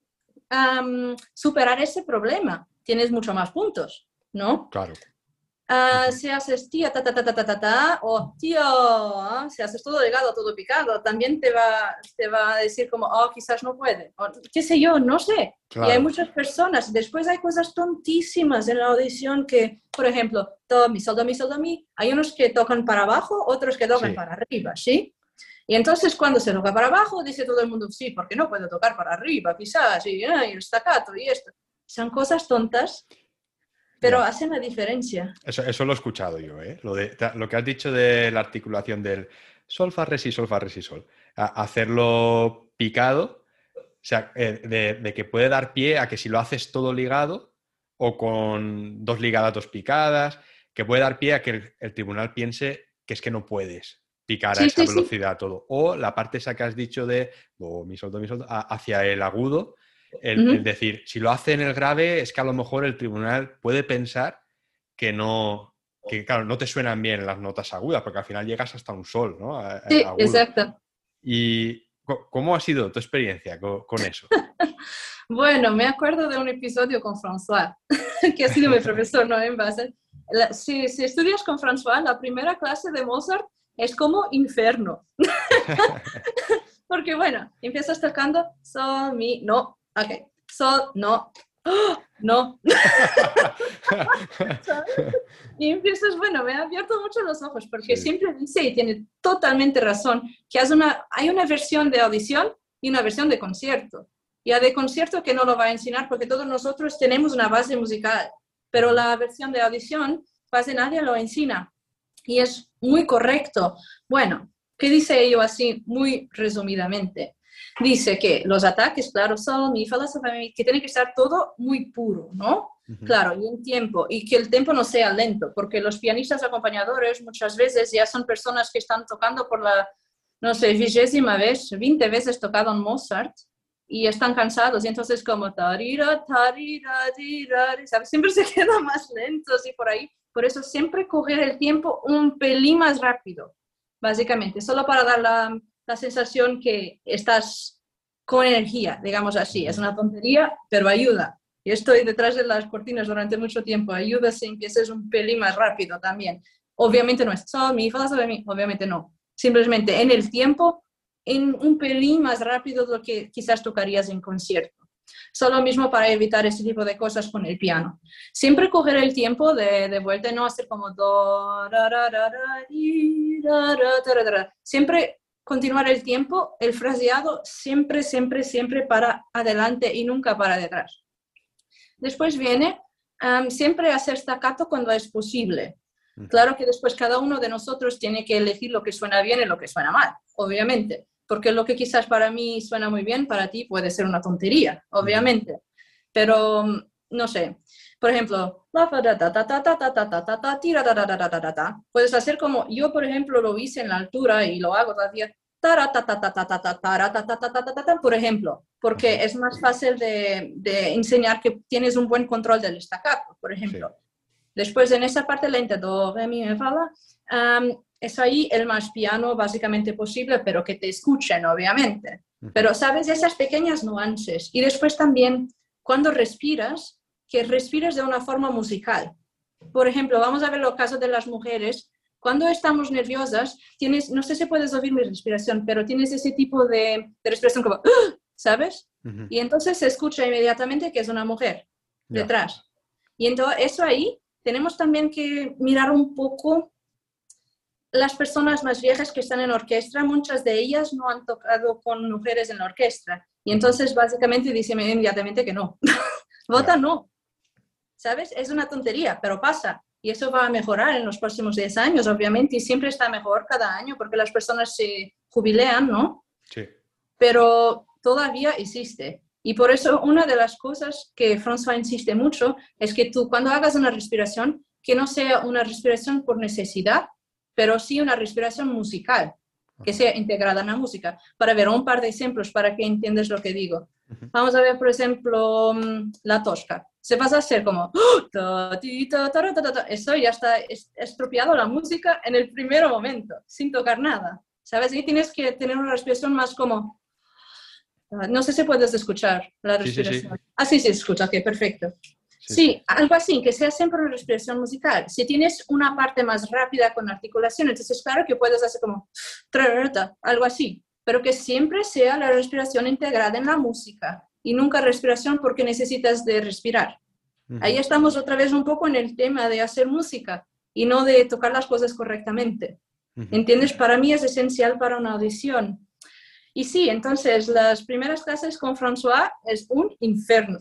superar ese problema, tienes mucho más puntos, ¿no? claro. Ujú. Si haces tía, ta, o tío, si haces todo delgado, todo picado, también te va a decir como, oh, quizás no puede, o qué sé yo, no sé. Y hay Claro. muchas personas, después hay cosas tontísimas en la audición que, por ejemplo, do, mi, sol, do, mi, hay unos que tocan para abajo, otros que tocan Sí. para arriba, ¿sí? Y entonces cuando se toca para abajo, dice todo el mundo, sí, porque no puedo tocar para arriba, quizás, y el staccato y esto. Son cosas tontas, pero Ya. hacen la diferencia. Eso lo he escuchado yo, ¿eh? Lo que has dicho de la articulación del sol, fa, re, si, sol, fa, re, si, sol. Hacerlo picado, o sea, de que puede dar pie a que si lo haces todo ligado o con dos ligadas, dos picadas, que puede dar pie a que el tribunal piense que es que no puedes picar a Sí, esa sí, sí. velocidad todo. O la parte esa que has dicho de do, mi, sol, hacia el agudo, el Ujú. decir, si lo hace en el grave, es que a lo mejor el tribunal puede pensar que no, que claro, no te suenan bien las notas agudas, porque al final llegas hasta un sol, ¿no? Sí, Agudo. exacto. ¿Y cómo ha sido tu experiencia con eso? Bueno, me acuerdo de un episodio con François, que ha sido mi profesor, ¿no? En base. Si estudias con François, la primera clase de Mozart es como infierno. Porque, bueno, empiezas tocando sol, mi, no, ok, sol, no, ¡oh! No. Y empiezas, bueno, me ha abierto mucho los ojos porque Sí. siempre dice, y tiene totalmente razón, que hay una versión de audición y una versión de concierto. Y de concierto que no lo va a enseñar porque todos nosotros tenemos una base musical, pero Ujú. la versión de audición casi nadie lo enseña. Y es muy correcto. Bueno, ¿qué dice ello así muy resumidamente? Dice que los ataques, claro, son mi filosofía, que tiene que estar todo muy puro, ¿no? Ujú. Claro, y en tiempo, y que el tempo no sea lento, porque los pianistas acompañadores muchas veces ya son personas que están tocando por la, no sé, 20ª vez, 20 veces tocado en Mozart, y están cansados, y entonces como, tarira, tarira, tarira, ¿sabes? Siempre se quedan más lentos y por ahí. Por eso siempre coger el tiempo un pelín más rápido. básicamente, solo para dar la sensación que estás con energía, digamos así. Es una tontería, pero ayuda. Yo estoy detrás de las cortinas durante mucho tiempo. Ayuda si empieces un pelín más rápido también. Obviamente no es sol, mi, fa, sol, mi. Obviamente no. Simplemente en el tiempo, en un pelín más rápido de lo que quizás tocarías en concierto. Solo mismo para evitar este tipo de cosas con el piano. Siempre coger el tiempo de vuelta y no hacer como do, ra, ra, ra, ra, di, ra, ra, ra, ra, ra. Siempre continuar el tiempo, el fraseado siempre, siempre, siempre para adelante y nunca para detrás. Después viene siempre hacer staccato cuando es posible. Claro que después cada uno de nosotros tiene que elegir lo que suena bien y lo que suena mal, obviamente. Porque lo que quizás para mí suena muy bien, para ti puede ser una tontería, obviamente. Pero, no sé, por ejemplo, puedes hacer como yo, por ejemplo, lo hice en la altura y lo hago todavía, por ejemplo, porque es más fácil de enseñar que tienes un buen control del staccato, por ejemplo. Sí. Después en esa parte lenta, do, re, mi, fa, la, es ahí el más piano básicamente posible, pero que te escuchen, obviamente. Pero, ¿sabes? Esas pequeñas nuances. Y después también, cuando respiras, que respires de una forma musical. Por ejemplo, vamos a ver los casos de las mujeres. Cuando estamos nerviosas, tienes, no sé si puedes oír mi respiración, pero tienes ese tipo de respiración como, ¿sabes? Y entonces se escucha inmediatamente que es una mujer detrás. Y entonces eso ahí tenemos también que mirar un poco las personas más viejas que están en orquesta, muchas de ellas no han tocado con mujeres en la orquesta. Y entonces básicamente dicen inmediatamente que no. Vota no. ¿Sabes? Es una tontería, pero pasa. Y eso va a mejorar en los próximos 10 años, obviamente, y siempre está mejor cada año porque las personas se jubilean, ¿no? Sí. Pero todavía existe. Y por eso una de las cosas que François insiste mucho es que tú cuando hagas una respiración, que no sea una respiración por necesidad, pero sí una respiración musical, que sea integrada en la música. Para ver un par de ejemplos para que entiendas lo que digo. Vamos a ver, por ejemplo, la tosca. Se vas a hacer como... Eso ya está estropeado la música en el primer momento, sin tocar nada. ¿Sabes? Y tienes que tener una respiración más como... No sé si puedes escuchar la respiración. Sí, se escucha, ok, perfecto. Sí, algo así, que sea siempre una respiración musical. Si tienes una parte más rápida con articulación, entonces claro que puedes hacer como algo así, pero que siempre sea la respiración integrada en la música y nunca respiración porque necesitas de respirar. Ahí estamos otra vez un poco en el tema de hacer música y no de tocar las cosas correctamente. ¿Entiendes? Para mí es esencial para una audición. Y sí, entonces las primeras clases con François es un infierno.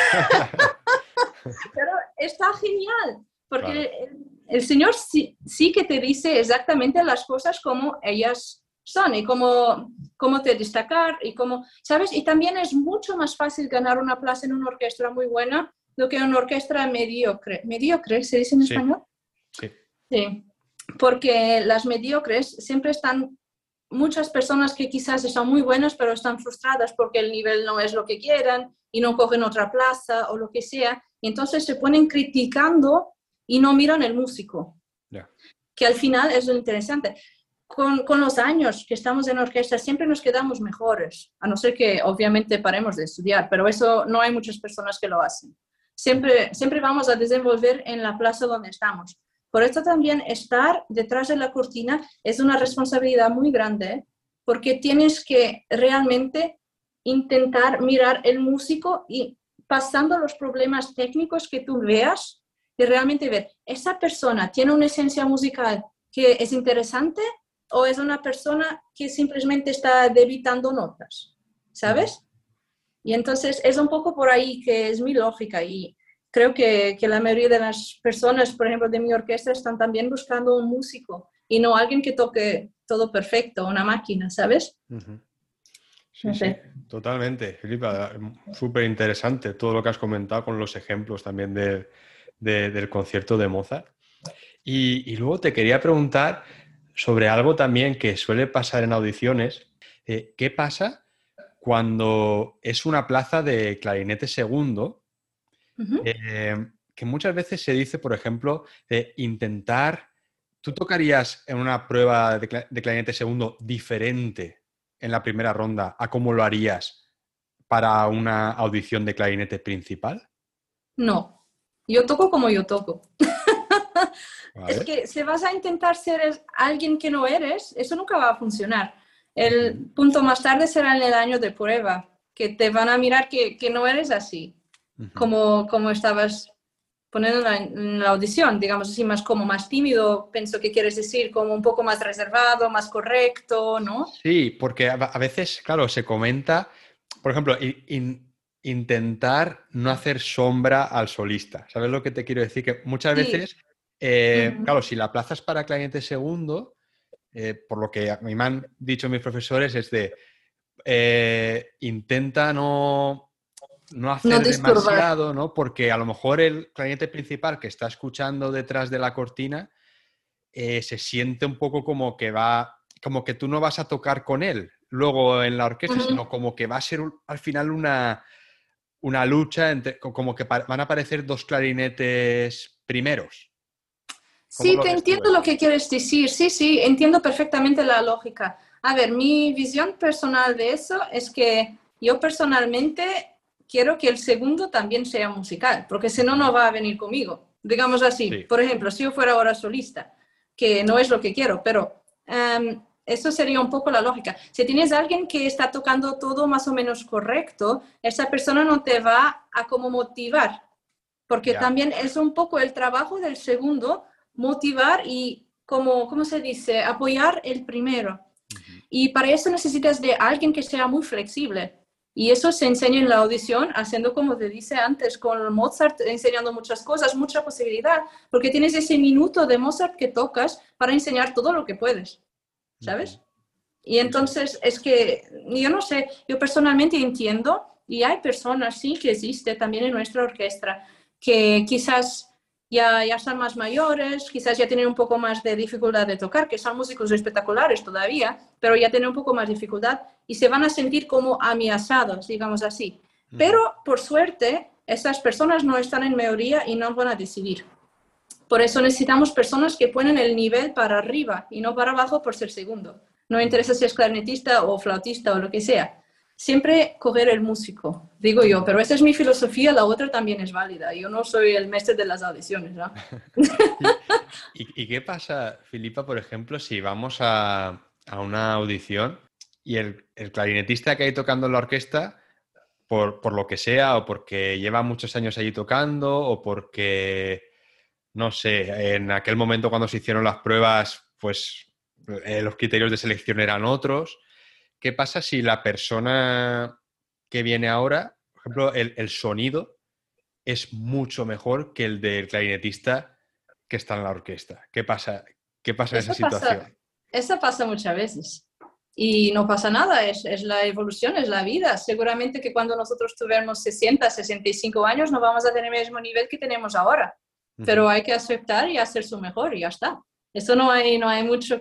Pero está genial, porque el Señor sí que te dice exactamente las cosas como ellas son y cómo te destacar y cómo, ¿sabes? Y también es mucho más fácil ganar una plaza en una orquesta muy buena do que en una orquesta mediocre. ¿Mediocre se dice en español? Sí. Sí, porque las mediocres siempre están... Muchas personas que quizás son muy buenas, pero están frustradas porque el nivel no es lo que quieran y no cogen otra plaza o lo que sea. Y entonces se ponen criticando y no miran el músico. Que al final es lo interesante. Con los años que estamos en orquesta siempre nos quedamos mejores, a no ser que obviamente paremos de estudiar, pero eso no hay muchas personas que lo hacen. Siempre vamos a desenvolver en la plaza donde estamos. Por esto también estar detrás de la cortina es una responsabilidad muy grande, porque tienes que realmente intentar mirar el músico y pasando los problemas técnicos que tú veas, y realmente ver, ¿esa persona tiene una esencia musical que es interesante o es una persona que simplemente está debitando notas? ¿Sabes? Y entonces es un poco por ahí que es mi lógica y creo que la mayoría de las personas, por ejemplo, de mi orquesta, están también buscando un músico y no alguien que toque todo perfecto, una máquina, ¿sabes? Sí, sí, totalmente, Filipa. Súper interesante todo lo que has comentado con los ejemplos también del concierto de Mozart. Y luego te quería preguntar sobre algo también que suele pasar en audiciones. ¿Qué pasa cuando es una plaza de clarinete segundo? Que muchas veces se dice, por ejemplo, intentar ¿Tú tocarías en una prueba de clarinete segundo diferente en la primera ronda a cómo lo harías para una audición de clarinete principal? No, yo toco como yo toco. Es ¿Vale? que si vas a intentar ser alguien que no eres, eso nunca va a funcionar. Ujú, El punto más tarde será en el año de prueba, que te van a mirar que no eres así, ujú. como estabas poniendo en la audición, digamos así, más como más tímido, pienso que quieres decir, como un poco más reservado, más correcto, ¿no? Sí, porque a veces, claro, se comenta, por ejemplo, intentar no hacer sombra al solista. ¿Sabes lo que te quiero decir? Que muchas Sí. veces, claro, Ujú. si la plazas para clarinete segundo, por lo que a mí me han dicho mis profesores, es de intenta no No hacer disturbar. demasiado, ¿no? Porque a lo mejor el clarinete principal que está escuchando detrás de la cortina se siente un poco como que como que tú no vas a tocar con él luego en la orquesta, Ujú. sino como que va a ser al final una lucha entre, como que van a aparecer dos clarinetes primeros. ¿Cómo Sí, lo te ves tú entiendo lo eso? que quieres decir. Sí, sí, entiendo perfectamente la lógica. A ver, mi visión personal de eso es que yo personalmente quiero que el segundo también sea musical, porque si no, Ujú. no va a venir conmigo. Digamos así, Sí. por ejemplo, si yo fuera ahora solista, que no es lo que quiero, pero eso sería un poco la lógica. Si tienes a alguien que está tocando todo más o menos correcto, esa persona no te va a como motivar, porque Ya. también es un poco el trabajo del segundo motivar y, como, ¿cómo se dice?, apoyar el primero. Ujú. Y para eso necesitas de alguien que sea muy flexible. Y eso se enseña en la audición, haciendo como te dice antes, con Mozart, enseñando muchas cosas, mucha posibilidad, porque tienes ese minuto de Mozart que tocas para enseñar todo lo que puedes, Ujú. ¿sabes? Y Sí, sí. entonces es que, yo no sé, yo personalmente entiendo, y hay personas, sí, que existe también en nuestra orquesta, que quizás ya están más mayores, quizás ya tienen un poco más de dificultad de tocar, que son músicos espectaculares todavía, pero ya tienen un poco más de dificultad y se van a sentir como amenazados, digamos así. Ujú. Pero por suerte, esas personas no están en mayoría y no van a decidir. Por eso necesitamos personas que ponen el nivel para arriba y no para abajo por ser segundo. No me Ujú. interesa si es clarinetista o flautista o lo que sea. Siempre coger el músico, digo yo, Ujú. pero esa es mi filosofía, la otra también es válida. Yo no soy el maestro de las audiciones, ¿no? ¿Y, y qué pasa, Filipa, por ejemplo, si vamos a una audición y el clarinetista que hay tocando en la orquesta, por lo que sea, o porque lleva muchos años allí tocando, o porque, no sé, en aquel momento cuando se hicieron las pruebas, pues los criterios de selección eran otros? ¿Qué pasa si la persona que viene ahora, por ejemplo, el sonido es mucho mejor que el del clarinetista que está en la orquesta? ¿Qué pasa? ¿Qué pasa en esa Eso pasa, situación? eso pasa muchas veces. Y no pasa nada, es la evolución, es la vida. Seguramente que cuando nosotros tuviéramos 60, 65 años no vamos a tener el mismo nivel que tenemos ahora, Ujú, pero hay que aceptar y hacer su mejor y ya está. Eso no hay mucho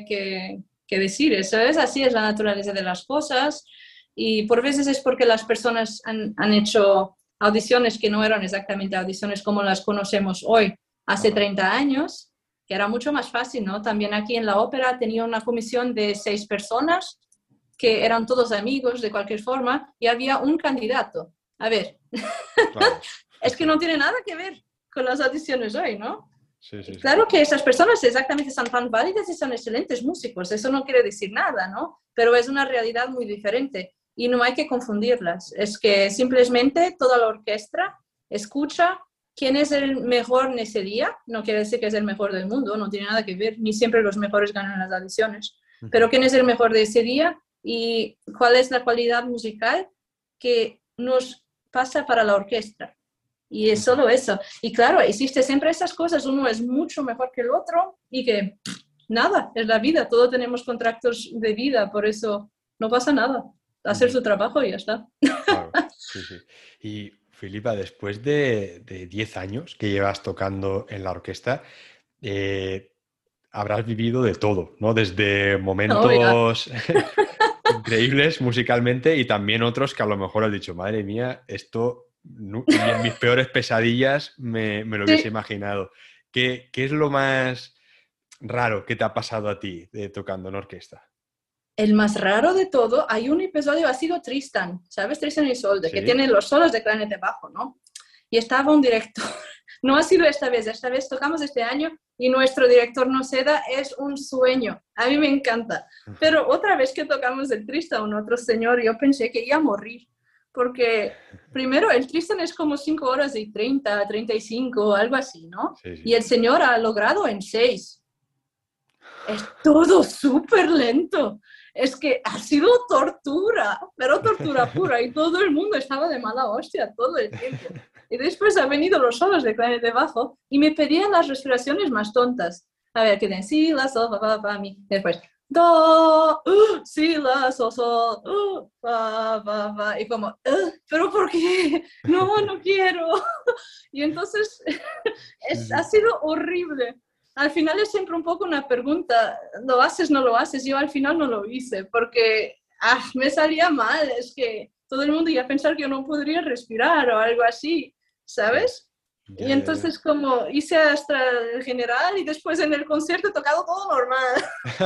que decir, eso es así, es la naturaleza de las cosas y por veces es porque las personas han hecho audiciones que no eran exactamente audiciones como las conocemos hoy, hace ajá. 30 años, que era mucho más fácil, ¿no? También aquí en la ópera tenía una comisión de 6 personas que eran todos amigos de cualquier forma y había un candidato. A ver, Claro. es que no tiene nada que ver con las audiciones hoy, ¿no? Sí, sí, sí. Claro que esas personas exactamente son tan válidas y son excelentes músicos, eso no quiere decir nada, ¿no? Pero es una realidad muy diferente y no hay que confundirlas. Es que simplemente toda la orquesta escucha quién es el mejor en ese día, no quiere decir que es el mejor del mundo, no tiene nada que ver, ni siempre los mejores ganan las audiciones, pero Ujú, quién es el mejor de ese día y cuál es la cualidad musical que nos pasa para la orquesta. Y es ujú. solo eso. Y claro, existe siempre esas cosas, uno es mucho mejor que el otro y que nada, es la vida, todos tenemos contratos de vida, por eso no pasa nada. Hacer Ujú. su trabajo y ya está. Claro, sí, sí. Y Filipa, después de 10 años que llevas tocando en la orquesta, eh, habrás vivido de todo, ¿no? Desde Oiga, momentos increíbles musicalmente y también otros que a lo mejor has dicho, madre mía, esto ni en mis peores pesadillas me lo hubiese sí, imaginado. ¿Qué es lo más raro que te ha pasado a ti tocando en orquesta? El más raro de todo, hay un episodio, ha sido Tristan, ¿sabes? Tristan y Isolde, que ¿Sí? tiene los solos de clarinete bajo, ¿no? Y estaba un director, no ha sido esta vez tocamos este año y nuestro director Noceda es un sueño, a mí me encanta. Pero otra vez que tocamos el Tristan, otro señor, yo pensé que iba a morir, porque primero el Tristan es como 5 horas y 30, 35, algo así, ¿no? Sí, Y sí. el señor ha logrado en 6. Es todo súper lento. Es que ha sido tortura, pero tortura pura. Y todo el mundo estaba de mala hostia todo el tiempo. Y después han venido los solos de clarinete bajo y me pedían las respiraciones más tontas. A ver, que den si, la, sol, fa, fa, mi. Después, do, si, la, sol, fa, fa, fa. Y como, ¿pero por qué? No, no quiero. Y entonces Sí, ha sí. sido horrible. Al final es siempre un poco una pregunta, ¿lo haces, no lo haces? Yo al final no lo hice porque me salía mal, es que todo el mundo iba a pensar que yo no podría respirar o algo así, Sí. ¿sabes? Y Ya, ya, ya. entonces como hice hasta el general y después en el concierto he tocado todo normal.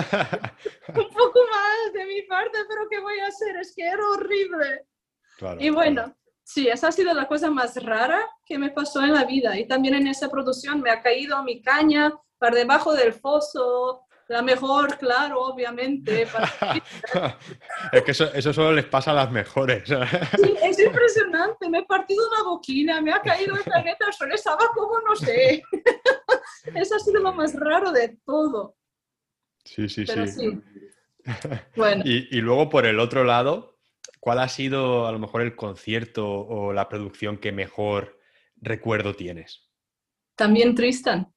Un poco mal de mi parte, pero ¿qué voy a hacer? Es que era horrible. Y Claro, claro. bueno, sí, esa ha sido la cosa más rara que me pasó en la vida. Y también en esa producción me ha caído mi caña por debajo del foso, la mejor, claro, obviamente. Es que eso solo les pasa a las mejores. Sí, es impresionante, me he partido una boquina, me ha caído el planeta al suelo, estaba como no sé. Eso ha sido lo más raro de todo. Sí, sí, Pero sí. sí, bueno. Y luego por el otro lado, ¿cuál ha sido a lo mejor el concierto o la producción que mejor recuerdo tienes? También Tristan.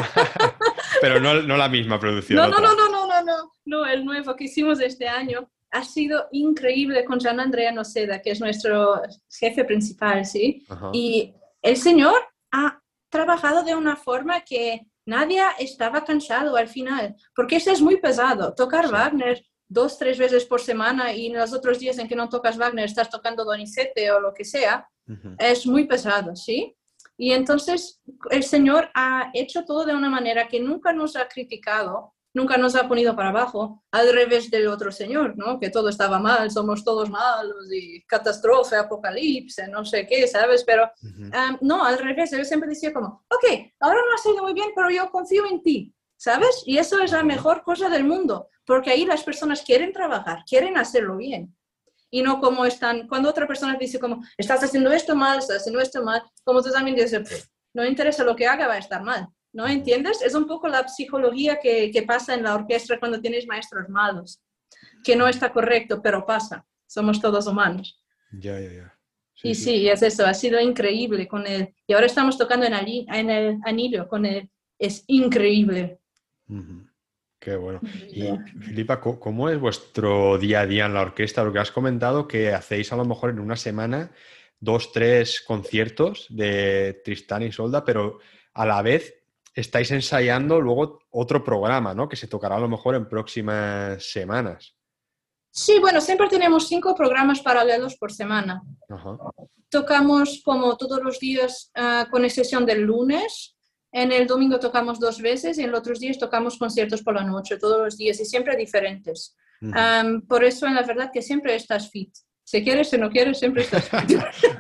Pero no la misma producción, No, no, no, otra. no, no, no, no, no, el nuevo que hicimos este año ha sido increíble con Gian Andrea Noceda, que es nuestro jefe principal, ¿sí? Ajá. Y el señor ha trabajado de una forma que nadie estaba cansado al final, porque eso es muy pesado. Tocar Sí. Wagner 2, 3 veces por semana y en los otros días en que no tocas Wagner estás tocando Donizetti o lo que sea, Ujú. es muy pesado, ¿sí? Y entonces el Señor ha hecho todo de una manera que nunca nos ha criticado, nunca nos ha ponido para abajo, al revés del otro Señor, ¿no? Que todo estaba mal, somos todos malos y catástrofe, apocalipsis, no sé qué, ¿sabes? Pero Ujú. no, al revés, él siempre decía como, ok, ahora no ha sido muy bien, pero yo confío en ti, ¿sabes? Y eso es la Ajá. mejor cosa del mundo, porque ahí las personas quieren trabajar, quieren hacerlo bien y no como están, cuando otra persona dice como, estás haciendo esto mal, estás haciendo esto mal, como tú también dices, no interesa lo que haga, va a estar mal, ¿no Ujú. entiendes? Es un poco la psicología que pasa en la orquesta cuando tienes maestros malos, que no está correcto, pero pasa, somos todos humanos. Ya, ya, ya. Sí, Y sí. sí, es eso, ha sido increíble con él. Y ahora estamos tocando en el anillo con él. Es increíble. Ujú. Qué bueno. Y Filipa, ¿cómo es vuestro día a día en la orquesta? Lo que has comentado que hacéis a lo mejor en una semana 2, 3 conciertos de Tristán y Solda, pero a la vez estáis ensayando luego otro programa, ¿no? Que se tocará a lo mejor en próximas semanas. Sí, bueno, siempre tenemos 5 programas paralelos por semana. Ajá. Tocamos como todos los días, con excepción del lunes. En el domingo tocamos 2 veces y en los otros días tocamos conciertos por la noche, todos los días y siempre diferentes. Ujú. Por eso, en la verdad, que siempre estás fit. Si quieres, si no quieres, siempre estás fit.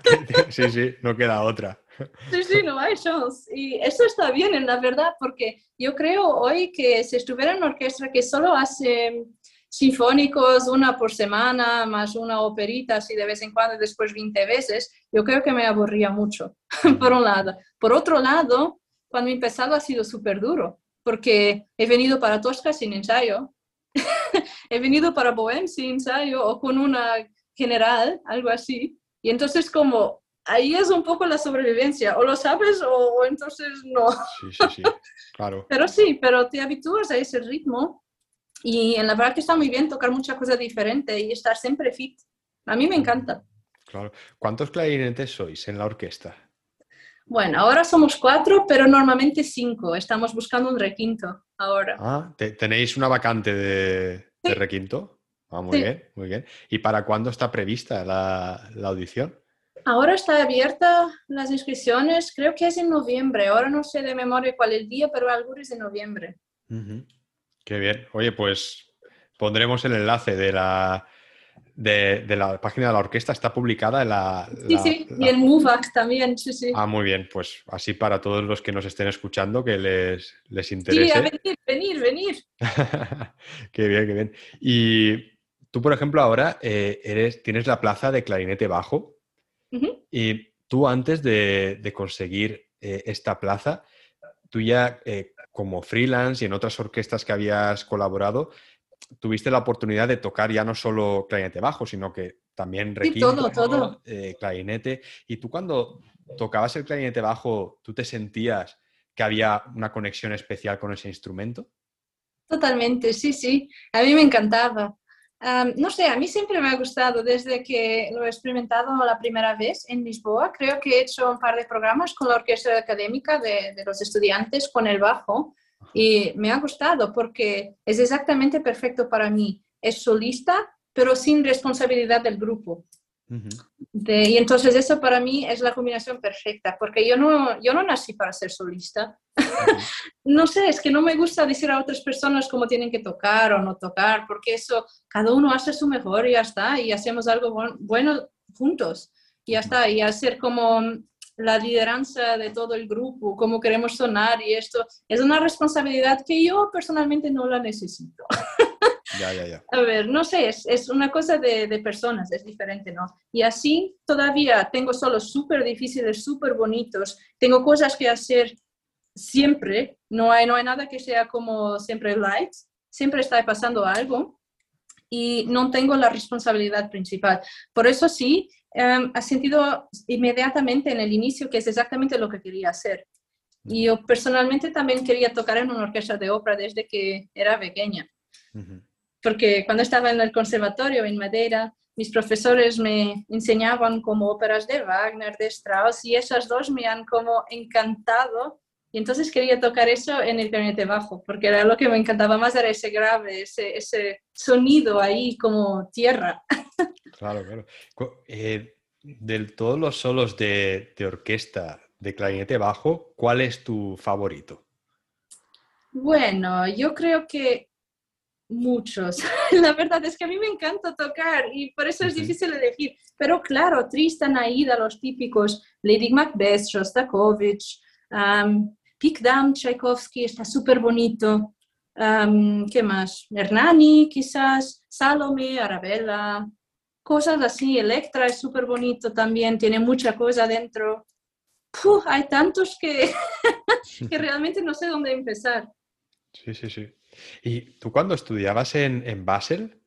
Sí, sí, no queda otra. Sí, sí, no hay chance. Y eso está bien, en la verdad, porque yo creo hoy que si estuviera en una orquesta que solo hace sinfónicos una por semana, más una operita así de vez en cuando y después 20 veces, yo creo que me aburría mucho, por Ujú. un lado. Por otro lado, cuando he empezado ha sido súper duro, porque he venido para Tosca sin ensayo, he venido para Bohème sin ensayo o con una general, algo así. Y entonces como ahí es un poco la sobrevivencia, o lo sabes o entonces no. Sí, sí, sí, claro. Pero sí, pero te habitúas a ese ritmo y en la verdad que está muy bien tocar mucha cosa diferente y estar siempre fit. A mí me Ujú. encanta. Claro. ¿Cuántos clarinetes sois en la orquesta? Bueno, ahora somos 4, pero normalmente 5. Estamos buscando un requinto ahora. Ah, ¿tenéis una vacante de Sí, requinto? Ah, muy sí. bien, muy bien. ¿Y para cuándo está prevista la audición? Ahora está abierta las inscripciones, creo que es en noviembre. Ahora no sé de memoria cuál es el día, pero algo es en noviembre. Ujú. Qué bien. Oye, pues pondremos el enlace de la página de la orquesta. Está publicada en Sí, sí, y en MUVAC también, sí, sí. Ah, muy bien. Pues así para todos los que nos estén escuchando, que les Sí, a interese. venir, venir, venir. Qué bien, qué bien. Y tú, por ejemplo, ahora tienes la plaza de clarinete bajo. Ujú. Y tú antes de conseguir esta plaza, tú ya como freelance y en otras orquestas que habías colaborado, tuviste la oportunidad de tocar ya no solo clarinete bajo, sino que también Sí, todo, todo. requinto, clarinete. Y tú cuando tocabas el clarinete bajo, ¿tú te sentías que había una conexión especial con ese instrumento? Totalmente, sí, sí. A mí me encantaba. No sé, a mí siempre me ha gustado desde que lo he experimentado la primera vez en Lisboa. Creo que he hecho un par de programas con la orquesta académica de los estudiantes con el bajo y me ha gustado porque es exactamente perfecto para mí. Es solista, pero sin responsabilidad del grupo. Ujú, Y entonces eso para mí es la combinación perfecta, porque yo no nací para ser solista. ujú. No sé, es que no me gusta decir a otras personas cómo tienen que tocar o no tocar, porque eso, cada uno hace su mejor y ya está, y hacemos algo bueno juntos, y ya está, y hacer como la lideranza de todo el grupo, cómo queremos sonar y esto, es una responsabilidad que yo personalmente no la necesito. Ya, ya, ya. A ver, no sé, es una cosa de personas, es diferente, ¿no? Y así todavía tengo solos súper difíciles, súper bonitos, tengo cosas que hacer siempre, no hay nada que sea como siempre light, siempre está pasando algo y no tengo la responsabilidad principal. Por eso sí, ha sentido inmediatamente en el inicio que es exactamente lo que quería hacer. Y Ujú, yo personalmente también quería tocar en una orquesta de ópera desde que era pequeña ujú. porque cuando estaba en el conservatorio en Madeira, mis profesores me enseñaban como óperas de Wagner, de Strauss, y esas dos me han como encantado. Y entonces quería tocar eso en el clarinete bajo, porque era lo que me encantaba más, era ese grave, ese sonido ahí como tierra. Claro, claro. De todos los solos de orquesta de clarinete bajo, ¿cuál es tu favorito? Bueno, yo creo que muchos. La verdad es que a mí me encanta tocar y por eso es Ujú. difícil elegir. Pero claro, Tristan, Aida, los típicos, Lady Macbeth, Shostakovich, Pikdam, Tchaikovsky, está súper bonito. ¿Qué más? Hernani, quizás, Salome, Arabella, cosas así. Electra es súper bonito también, tiene mucha cosa dentro. Hay tantos que, que realmente no sé dónde empezar. Sí, sí, sí. ¿Y tú cuando estudiabas en Basel,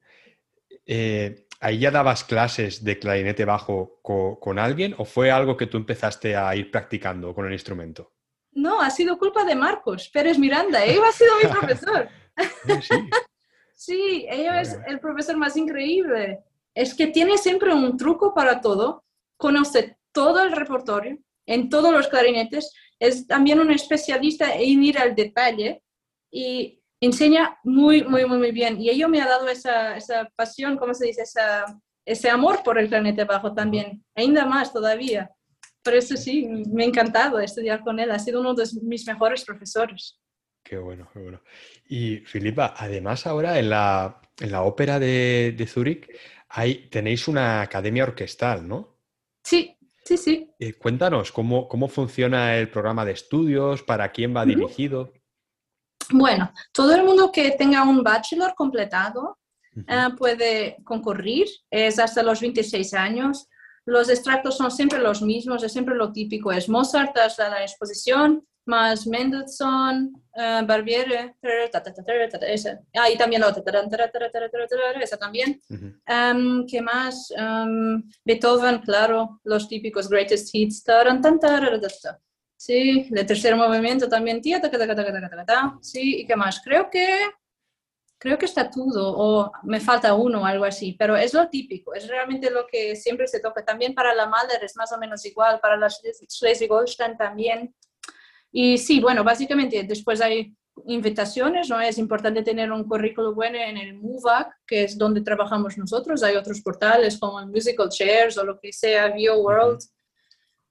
ahí ya dabas clases de clarinete bajo con alguien o fue algo que tú empezaste a ir practicando con el instrumento? No, ha sido culpa de Marcos Pérez Miranda. Él ha sido mi profesor. Sí. Sí, ella Vale, es vale. el profesor más increíble. Es que tiene siempre un truco para todo. Conoce todo el repertorio en todos los clarinetes. Es también un especialista en ir al detalle y enseña muy, muy, muy, muy bien. Y ello me ha dado esa pasión, ¿cómo se dice? Ese amor por el clarinete bajo Ajá. también. Ainda más todavía. Por eso Sí. sí, me ha encantado estudiar con él. Ha sido uno de mis mejores profesores. Qué bueno, qué bueno. Y Filipa, además ahora en la ópera de Zúrich tenéis una academia orquestal, ¿no? Sí, sí, sí. Cuéntanos cómo funciona el programa de estudios, para quién va Ujú. dirigido. Bueno, todo el mundo que tenga un bachelor completado Ujú, puede concurrir, es hasta los 26 años. Los extractos son siempre los mismos, es siempre lo típico, es Mozart hasta la exposición, más Mendelssohn, Barbieri, esa. Ah, y también la otra, esa también. ujú. ¿Qué más? Beethoven, claro, los típicos greatest hits. Taran, tan, tararara. Sí, el tercer movimiento también. Tía, taca, taca, taca, taca, taca, ta. Sí, ¿y qué más? Creo que está todo, o me falta uno o algo así, pero es lo típico, es realmente lo que siempre se toca. También para la Mahler es más o menos igual, para la Schleswig-Holstein también. Y sí, bueno, básicamente después hay invitaciones, ¿no? Es importante tener un currículo bueno en el MUVAC, que es donde trabajamos nosotros. Hay otros portales como el Musical Chairs o lo que sea, Bio Ujú. World.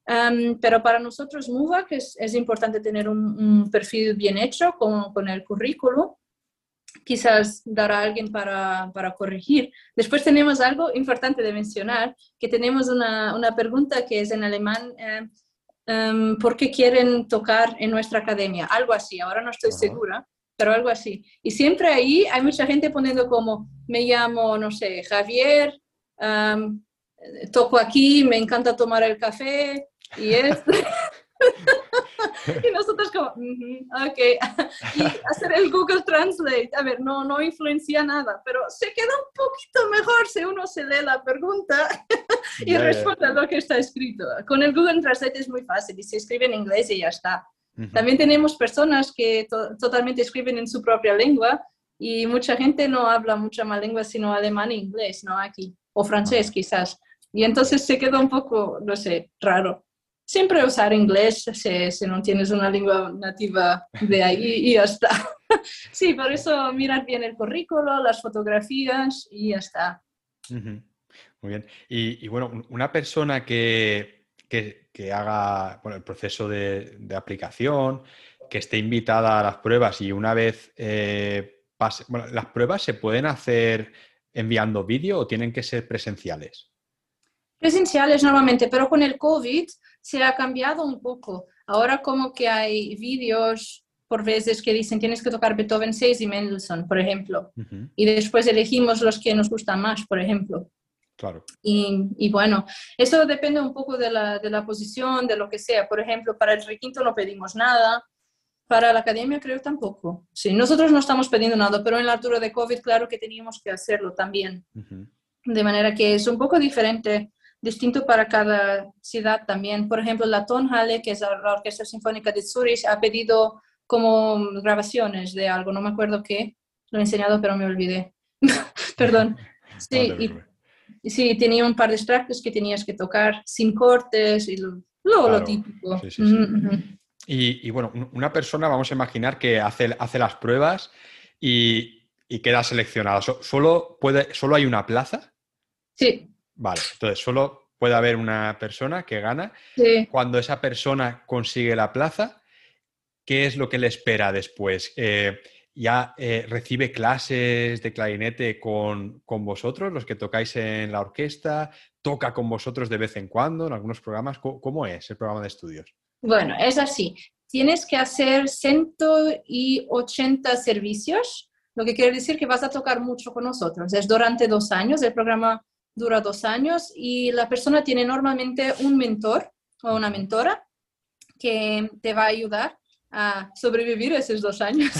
Pero para nosotros MUVAC es importante tener un perfil bien hecho con el currículo, quizás dar a alguien para corregir. Después tenemos algo importante de mencionar, que tenemos una pregunta que es en alemán, ¿por qué quieren tocar en nuestra academia? Algo así, ahora no estoy Ajá. segura, pero algo así. Y siempre ahí hay mucha gente poniendo como, me llamo, no sé, Javier, um, toco aquí, me encanta tomar el café y es... Y nosotros como, ok, y hacer el Google Translate, a ver, no influencia nada, pero se queda un poquito mejor si uno se lee la pregunta y Ya, ya. responde a lo que está escrito. Con el Google Translate es muy fácil y se escribe en inglés y ya está. Ujú. También tenemos personas que totalmente escriben en su propia lengua y mucha gente no habla mucha más lengua sino alemán e inglés, ¿no? Aquí, o francés Ajá. quizás. Y entonces se queda un poco, no sé, raro. Siempre usar inglés si no tienes una lengua nativa de ahí y ya está. Sí, por eso mirar bien el currículo, las fotografías y ya está. Ujú. Muy bien. Y bueno, una persona que haga bueno, el proceso de aplicación, que esté invitada a las pruebas y una vez pase. Bueno, ¿las pruebas se pueden hacer enviando vídeo o tienen que ser presenciales? Presenciales normalmente, pero con el COVID se ha cambiado un poco. Ahora como que hay vídeos por veces que dicen tienes que tocar Beethoven 6 y Mendelssohn, por ejemplo. Ujú. Y después elegimos los que nos gustan más, por ejemplo. Claro. Y bueno, eso depende un poco de la posición, de lo que sea. Por ejemplo, para el requinto no pedimos nada, para la academia creo tampoco. Sí, nosotros no estamos pidiendo nada, pero en la altura de COVID claro que teníamos que hacerlo también. Ujú. De manera que es un poco diferente, distinto para cada ciudad también. Por ejemplo, la Tonhalle, que es la Orquesta Sinfónica de Zurich, ha pedido como grabaciones de algo, no me acuerdo qué, lo he enseñado pero me olvidé. Perdón. No te Sí, preocupes. y sí, tenía un par de extractos que tenías que tocar sin cortes y luego lo Claro, típico. sí, sí, Ujú, sí. ujú. Y bueno, una persona, vamos a imaginar que hace las pruebas y queda seleccionada. Solo hay una plaza. Sí, Vale, entonces solo puede haber una persona que gana. sí. Cuando esa persona consigue la plaza, ¿qué es lo que le espera después? ¿Ya recibe clases de clarinete con vosotros, los que tocáis en la orquesta? ¿Toca con vosotros de vez en cuando en algunos programas? ¿Cómo es el programa de estudios? Bueno, es así. Tienes que hacer 180 servicios, lo que quiere decir que vas a tocar mucho con nosotros. Es durante 2 años, el programa dura 2 años y la persona tiene normalmente un mentor o una Ujú. mentora que te va a ayudar a sobrevivir esos 2 años,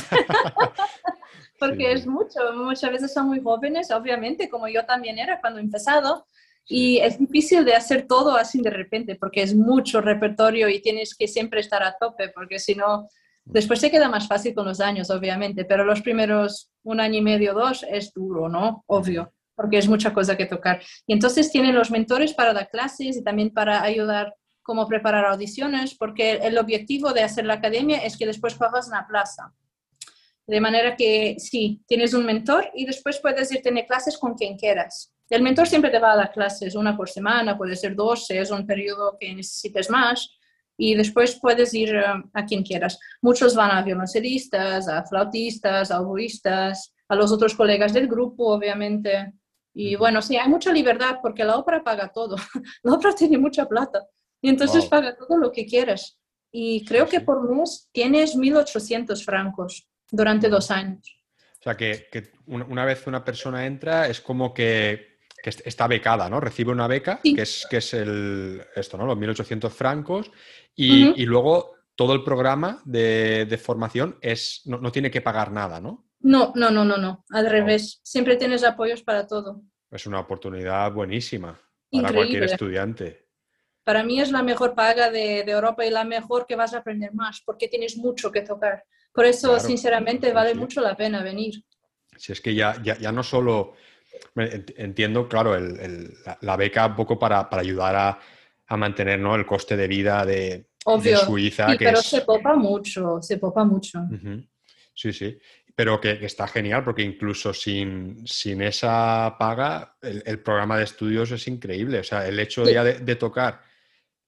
Sí, porque es sí, mucho. Muchas veces son muy jóvenes, obviamente, como yo también era cuando he empezado, sí. y es difícil de hacer todo así de repente, porque es mucho repertorio y tienes que siempre estar a tope, porque si no, después se queda más fácil con los años, obviamente, pero los primeros 1 año y medio, 2, es duro, ¿no? Ujú. Obvio, porque es mucha cosa que tocar. Y entonces tienen los mentores para dar clases y también para ayudar cómo preparar audiciones, porque el objetivo de hacer la academia es que después cojas una plaza. De manera que sí, tienes un mentor y después puedes ir a tener clases con quien quieras. El mentor Ujú. siempre te va a dar clases, una por semana, puede ser dos, si es un periodo que necesites más, y después puedes ir a quien quieras. Muchos van a violoncelistas, a flautistas, a oboístas, a los otros colegas del grupo, obviamente. Y Ujú. bueno, sí, hay mucha libertad porque la ópera paga todo. La ópera tiene mucha plata y entonces Wow, paga todo lo que quieras. Y sí, creo que sí. por mes tienes 1.800 francos durante Ajá. 2 años. O sea, que una vez una persona entra es como que está becada, ¿no? Recibe una beca, Sí. que es esto, ¿no? Los 1.800 francos y Ujú. luego todo el programa de formación no tiene que pagar nada, ¿no? No, no, no, no, no. Al Wow. revés. Siempre tienes apoyos para todo. Es una oportunidad buenísima para cualquier Increíble. estudiante. Para mí es la mejor paga de Europa y la mejor que vas a aprender más porque tienes mucho que tocar. Por eso, Claro, sinceramente, sí, vale sí. mucho la pena venir. Si es que ya no solo entiendo, claro, la beca un poco para ayudar a mantener, ¿no? El coste de vida de Obvio. Suiza, Sí, que pero se es. popa mucho, se popa mucho. Ujú. Sí, sí. Pero que está genial porque incluso sin esa paga, el programa de estudios es increíble. O sea, el hecho Sí, ya de tocar,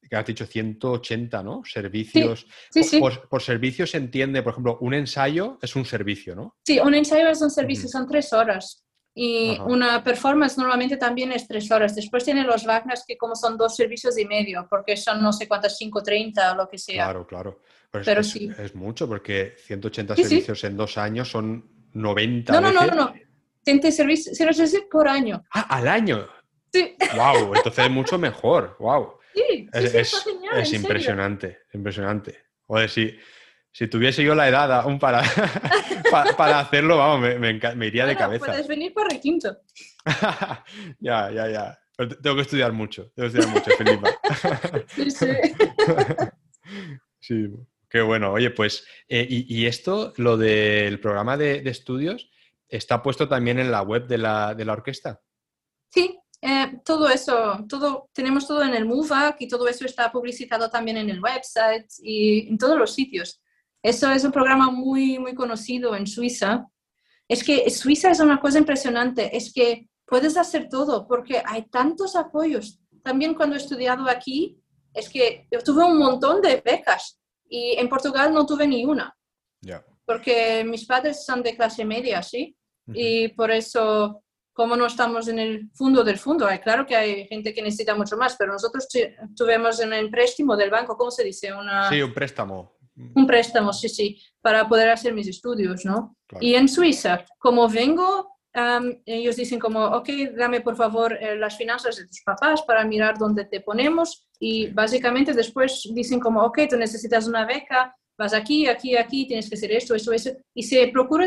que has dicho 180, ¿no? Sí, Servicios. sí, sí. Por servicio se entiende, por ejemplo, un ensayo es un servicio, ¿no? Sí, un ensayo es un servicio, Ujú. son 3 horas. Y Ajá. una performance normalmente también es 3 horas. Después tienen los Wagners que como son 2 servicios y medio, porque son no sé cuántas, 5:30 o lo que sea. Claro, claro. Pues Pero sí. es mucho porque 180 Sí, sí. servicios en 2 años son 90 No, no, no, no, veces. no. Tiene servicios por año. ¡Ah, al año! Sí, ¡Wow! Entonces es mucho mejor. ¡Wow! sí, sí, sí, está genial, Es en serio. impresionante, impresionante. Joder, si tuviese yo la edad aún para, para hacerlo, vamos, me iría de Bueno, cabeza. puedes venir para Requinto. Ya, ya, ya. Pero tengo que estudiar mucho, Felipa. Sí, sí. Sí, qué bueno. Oye, pues, y esto, lo del programa de estudios, ¿está puesto también en la web de la orquesta? Sí, todo eso, tenemos todo en el MUVAC y todo eso está publicitado también en el website y en todos los sitios. Eso es un programa muy, muy conocido en Suiza. Es que Suiza es una cosa impresionante, es que puedes hacer todo porque hay tantos apoyos. También cuando he estudiado aquí, es que yo tuve un montón de becas y en Portugal no tuve ni una, Ya. porque mis padres son de clase media, ¿sí? Ujú. Y por eso, como no estamos en el fondo del fondo, claro que hay gente que necesita mucho más, pero nosotros tuvimos un préstamo del banco, ¿cómo se dice? Sí, un préstamo. Un préstamo, sí, sí, para poder hacer mis estudios, ¿no? Y Claro. en Suiza, como vengo, ellos dicen como, ok, dame por favor las finanzas de tus papás para mirar dónde te ponemos y Sí. básicamente después dicen como, ok, tú necesitas una beca, vas aquí, aquí, aquí, tienes que hacer esto, eso, eso, y si procuras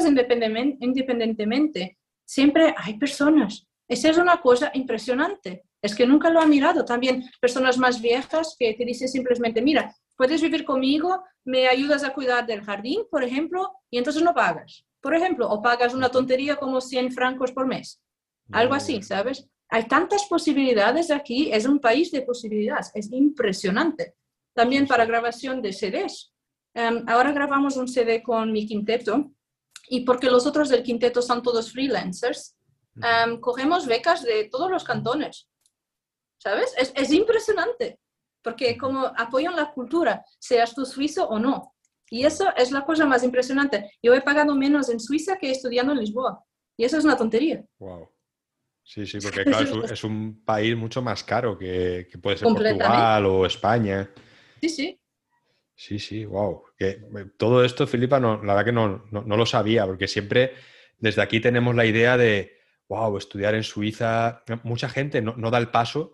independientemente, siempre hay personas. Esa es una cosa impresionante. Es que nunca lo han mirado. También personas más viejas que te dicen simplemente, mira, puedes vivir conmigo, me ayudas a cuidar del jardín, por ejemplo, y entonces no pagas. Por ejemplo, o pagas una Ujú. tontería como 100 francos por mes. Ya, Algo ya, así, ya. ¿sabes? Hay tantas posibilidades aquí, es un país de posibilidades, es impresionante. Sí, También para sí. grabación de CDs. Ahora grabamos un CD con mi quinteto y porque los otros del quinteto son todos freelancers, Ujú. cogemos becas de todos los cantones. ¿Sabes? Es impresionante, porque Ujú. como apoyan la cultura, seas tú suizo o no. Y Claro. eso es la cosa más impresionante. Yo he pagado menos en Suiza que estudiando en Lisboa. Y eso es una tontería. Wow. Sí, sí, porque claro, es un país mucho más caro que puede ser Completamente. Portugal o España. Sí, sí. Sí, sí, wow. Todo esto, Filipa, no, la verdad que no lo sabía, porque siempre desde aquí tenemos la idea de, wow, estudiar en Suiza. Mucha gente no da el paso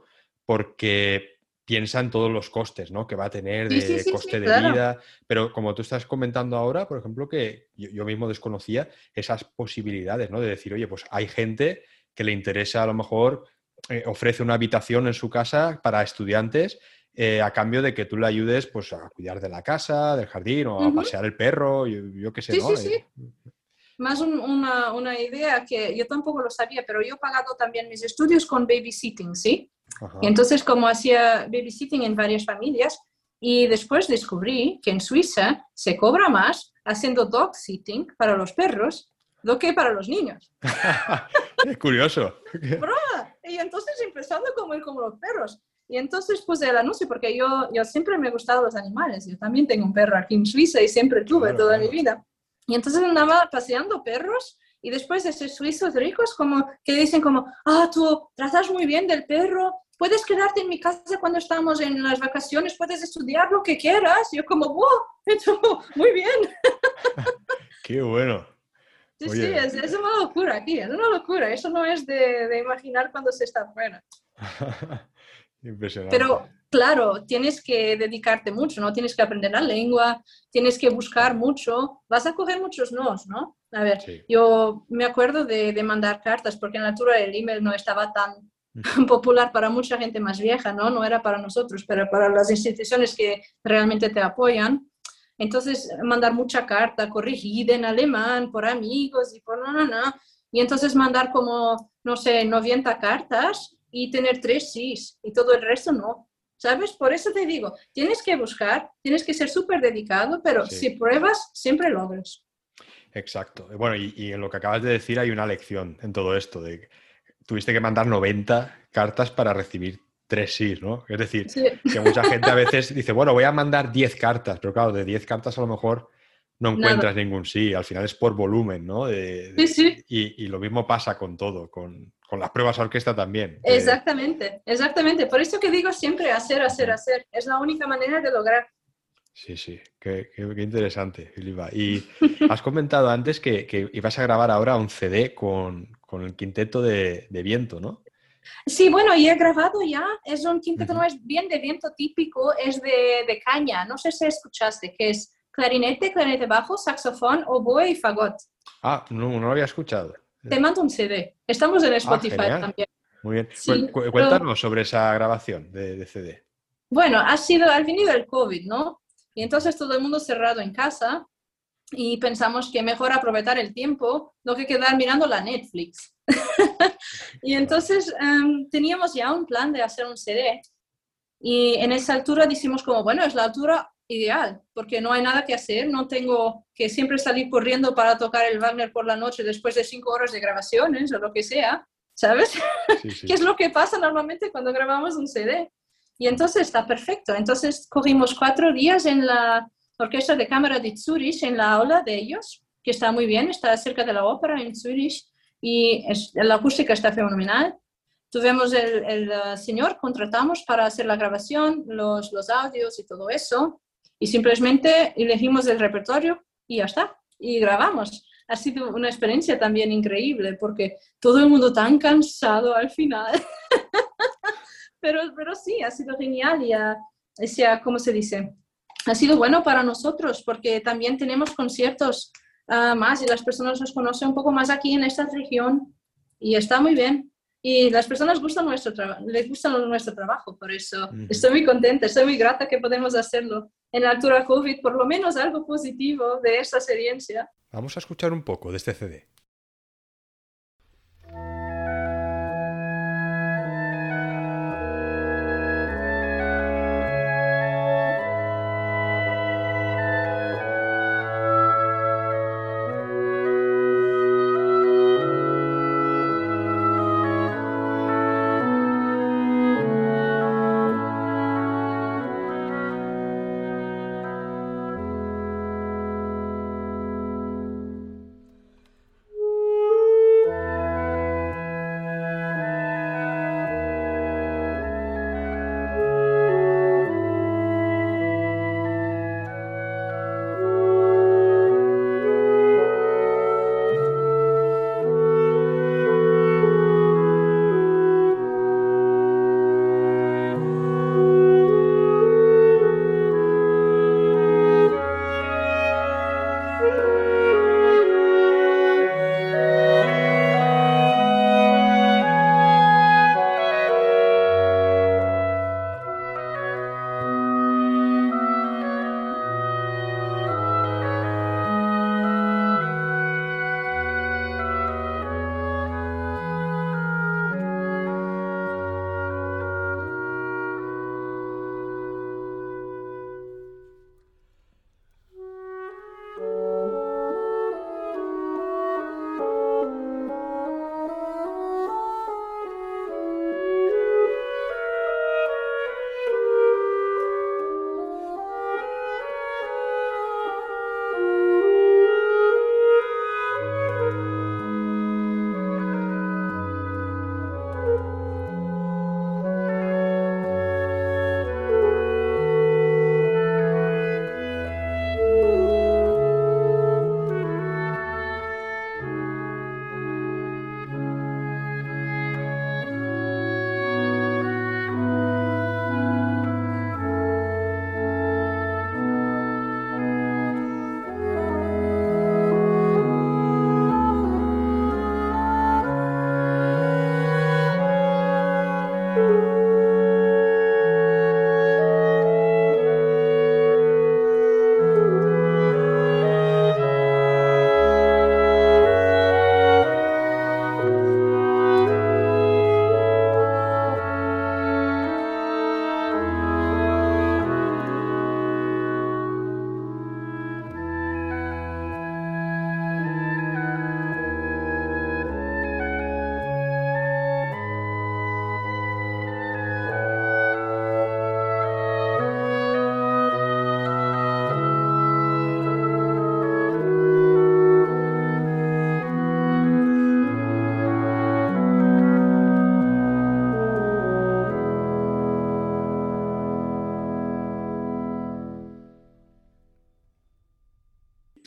porque piensa en todos los costes, ¿no? Que va a tener Sí, sí, de sí, sí, coste de claro. vida. Pero como tú estás comentando ahora, por ejemplo, que yo mismo desconocía esas posibilidades, ¿no? De decir, oye, pues hay gente que le interesa a lo mejor, ofrece una habitación en su casa para estudiantes a cambio de que tú le ayudes pues, a cuidar de la casa, del jardín o a Ujú. pasear el perro, yo qué sé, Sí, ¿no? sí, sí. Más una idea que yo tampoco lo sabía, pero yo he pagado también mis estudios con babysitting, ¿sí? Y Ajá. entonces, como hacía babysitting en varias familias, y después descubrí que en Suiza se cobra más haciendo dog sitting para los perros do que para los niños. Es curioso. ¡Broma! Y entonces empezando como ir como los perros. Y entonces puse el anuncio porque yo siempre me han gustado los animales. Yo también tengo un perro aquí en Suiza y siempre tuve Claro, toda mi claro. vida. Y entonces andaba paseando perros y después de ser suizos ricos como que dicen como, ah, tú tratas muy bien del perro, puedes quedarte en mi casa cuando estamos en las vacaciones, puedes estudiar lo que quieras. Yo como, wow, muy bien. Qué bueno. Sí, sí, Oye, es una locura aquí, es una locura. Eso no es de imaginar cuando se está afuera. impresionante. Pero claro, tienes que dedicarte mucho, ¿no? Tienes que aprender la lengua, tienes que buscar Claro, mucho, vas a coger muchos nos, ¿no? A ver, sí. yo me acuerdo de mandar cartas porque en la altura el email no estaba tan Ujú. popular para mucha gente más vieja, ¿no? No era para nosotros, pero para las instituciones que realmente te apoyan. Entonces, mandar mucha carta corrigida en alemán por amigos y por no. Y entonces mandar como, no sé, 90 cartas y tener 3 sís y todo el resto no. ¿Sabes? Por eso te digo, tienes que buscar, tienes que ser súper dedicado, pero Sí, si pruebas, siempre logras. exacto. Bueno, y en lo que acabas de decir hay una lección en todo esto, de que tuviste que mandar 90 cartas para recibir tres sís, ¿no? Es decir, Sí. que mucha gente a veces dice, bueno, voy a mandar 10 cartas, pero claro, de 10 cartas a lo mejor no Nada. encuentras ningún sí, al final es por volumen, ¿no? Sí, sí. Y lo mismo pasa con todo, con las pruebas a orquesta también. Exactamente, exactamente. Por eso que digo siempre hacer, hacer, hacer. Es la única manera de lograr. Sí, sí, qué interesante, Filipa. Y has comentado antes que ibas a grabar ahora un CD con el quinteto de viento, ¿no? Sí, bueno, y he grabado ya. Es un quinteto, no Ujú. es bien de viento típico, es de caña. No sé si escuchaste, que es clarinete, clarinete bajo, saxofón, oboe y fagot. Ah, no lo había escuchado. Te mando un CD. Estamos en Ah, Spotify genial. también. Muy bien. Sí, pero Cuéntanos sobre esa grabación de CD. bueno, ha venido el COVID, ¿no? Y entonces todo el mundo cerrado en casa y pensamos que mejor aprovechar el tiempo, no que quedar mirando la Netflix. Y Claro. entonces teníamos ya un plan de hacer un CD y en esa altura decimos como, bueno, es la altura ideal, porque no hay nada que hacer, no tengo que siempre salir corriendo para tocar el Wagner por la noche después de 5 horas de grabaciones o lo que sea, ¿sabes? Sí, ¿Qué sí. es lo que pasa normalmente cuando grabamos un CD? Y entonces está perfecto. Entonces cogimos 4 días en la Orquesta de Cámara de Zurich, en la aula de ellos, que está muy bien, está cerca de la ópera en Zurich y la acústica está fenomenal. Tuvimos el señor, contratamos para hacer la grabación, los audios y todo eso, y simplemente elegimos el repertorio y ya está, y grabamos. Ha sido una experiencia también increíble porque todo el mundo tan cansado al final, pero sí, ha sido genial y ¿cómo se dice? Ha sido bueno para nosotros porque también tenemos conciertos más y las personas nos conocen un poco más aquí en esta región y está muy bien. Y las personas les gusta nuestro trabajo, por eso Ujú. estoy muy contenta, estoy muy grata que podemos hacerlo en la altura COVID, por lo menos algo positivo de esta experiencia. Vamos a escuchar un poco de este CD.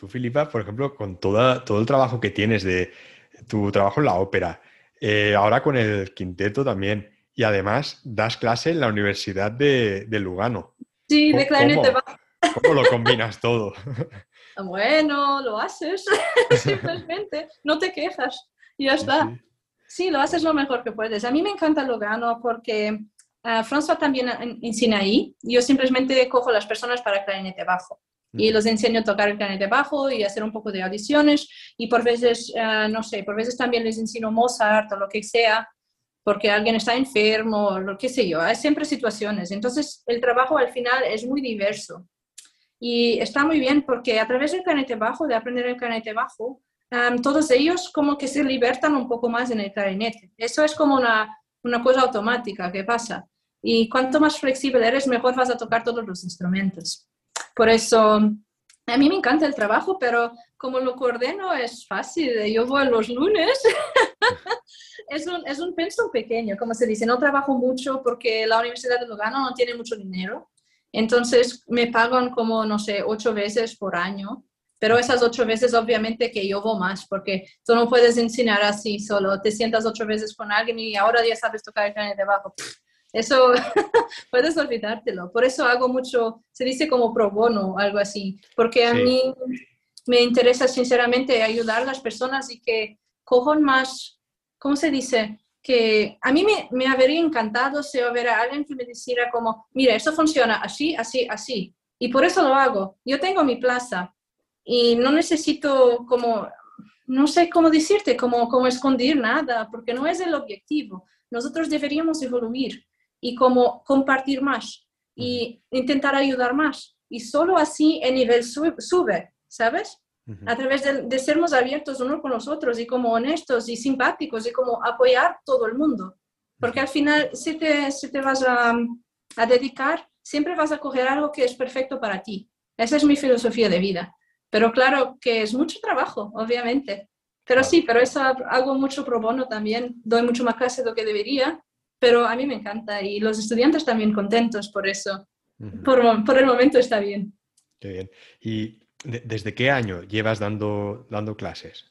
tú, Filipa, por ejemplo, con todo el trabajo que tienes de tu trabajo en la ópera, ahora con el quinteto también, y además das clase en la Universidad de Lugano. Sí, de ¿Cómo, clarinete cómo, bajo. cómo lo combinas todo? Bueno, lo haces, simplemente, no te quejas, y ya Sí, está. sí. Sí, lo haces lo mejor que puedes. A mí me encanta Lugano porque François también enseña ahí. Yo simplemente cojo las personas para clarinete bajo y Ujú. los enseño a tocar el clarinete bajo y hacer un poco de audiciones y por veces, no sé, por veces también les enseño Mozart o lo que sea porque alguien está enfermo o lo que sé yo. Hay siempre situaciones. Entonces, el trabajo al final es muy diverso. Y está muy bien porque a través del clarinete bajo, de aprender el clarinete bajo, todos ellos como que se libertan un poco más en el clarinete. Eso es como una cosa automática que pasa. Y cuanto más flexible eres, mejor vas a tocar todos los instrumentos. Por eso, a mí me encanta el trabajo, pero como lo coordeno es fácil. Yo voy los lunes. Es un pensum pequeño, como se dice. No trabajo mucho porque la Universidad de Lugano no tiene mucho dinero. Entonces me pagan como, no sé, 8 veces por año. Pero esas 8 veces obviamente que yo voy más, porque tú no puedes enseñar así solo. Te sientas 8 veces con alguien y ahora ya sabes tocar el clarinete bajo. Eso puedes olvidártelo. Por eso hago mucho, se dice como pro bono, algo así. Porque a Sí. mí me interesa sinceramente ayudar a las personas y que cojan más, ¿cómo se dice? Que a mí me habría encantado si hubiera alguien que me dijera como, mira, esto funciona así, así, así. Y por eso lo hago. Yo tengo mi plaza y no necesito como, no sé cómo decirte, como esconder nada, porque no es el objetivo. Nosotros deberíamos evoluir y como compartir más Ujú, y intentar ayudar más. Y solo así el nivel sube, ¿sabes? ujú. A través de sermos abiertos unos con los otros y como honestos y simpáticos y como apoyar todo el mundo. Porque Ujú. al final, si te vas a dedicar, siempre vas a coger algo que es perfecto para ti. Esa es mi filosofía de vida. Pero claro que es mucho trabajo, obviamente. Pero Claro. sí, pero eso hago mucho pro bono también. Doy mucho más clase de lo que debería, pero a mí me encanta y los estudiantes también contentos por eso. Ujú. Por el momento está bien. Qué bien. ¿Y desde qué año llevas dando clases?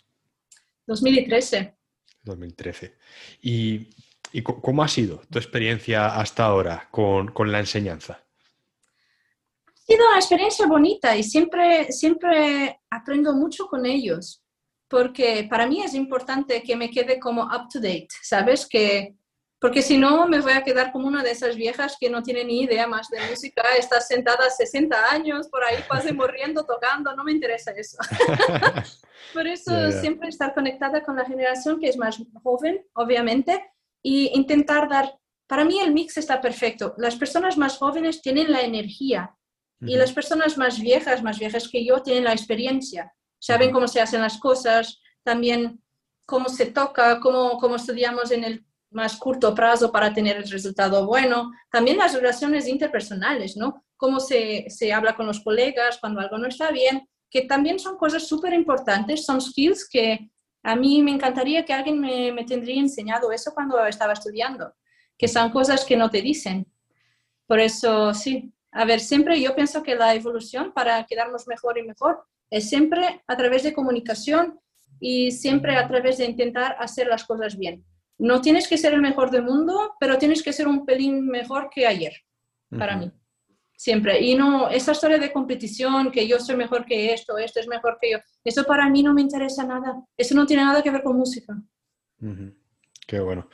2013. 2013. ¿Y cómo ha sido tu experiencia hasta ahora con la enseñanza? Ha sido una experiencia bonita y siempre aprendo mucho con ellos, porque para mí es importante que me quede como up to date, ¿sabes? Porque si no me voy a quedar como una de esas viejas que no tiene ni idea más de música, está sentada 60 años por ahí, casi muriendo, tocando, no me interesa eso. Por Ya, eso ya. siempre estar conectada con la generación que es más joven, obviamente, y intentar dar, para mí el mix está perfecto. Las personas más jóvenes tienen la energía y Ujú, las personas más viejas que yo, tienen la experiencia. Saben ujú, cómo se hacen las cosas, también cómo se toca, cómo estudiamos en el más corto plazo para tener el resultado bueno. También las relaciones interpersonales, ¿no? Cómo se habla con los colegas cuando algo no está bien, que también son cosas súper importantes, son skills que a mí me encantaría que alguien me tendría enseñado eso cuando estaba estudiando, que ujú. son cosas que no te dicen. Por eso, sí, a ver, siempre yo pienso que la evolución para quedarnos mejor y mejor es siempre a través de comunicación y siempre a través de intentar hacer las cosas bien. No tienes que ser el mejor del mundo, pero tienes que ser un pelín mejor que ayer, para Ujú, mí. Siempre. Y no, esa historia de competición, que yo soy mejor que esto es mejor que yo, eso para mí no me interesa nada. Eso no tiene nada que ver con música. ujú. Qué bueno.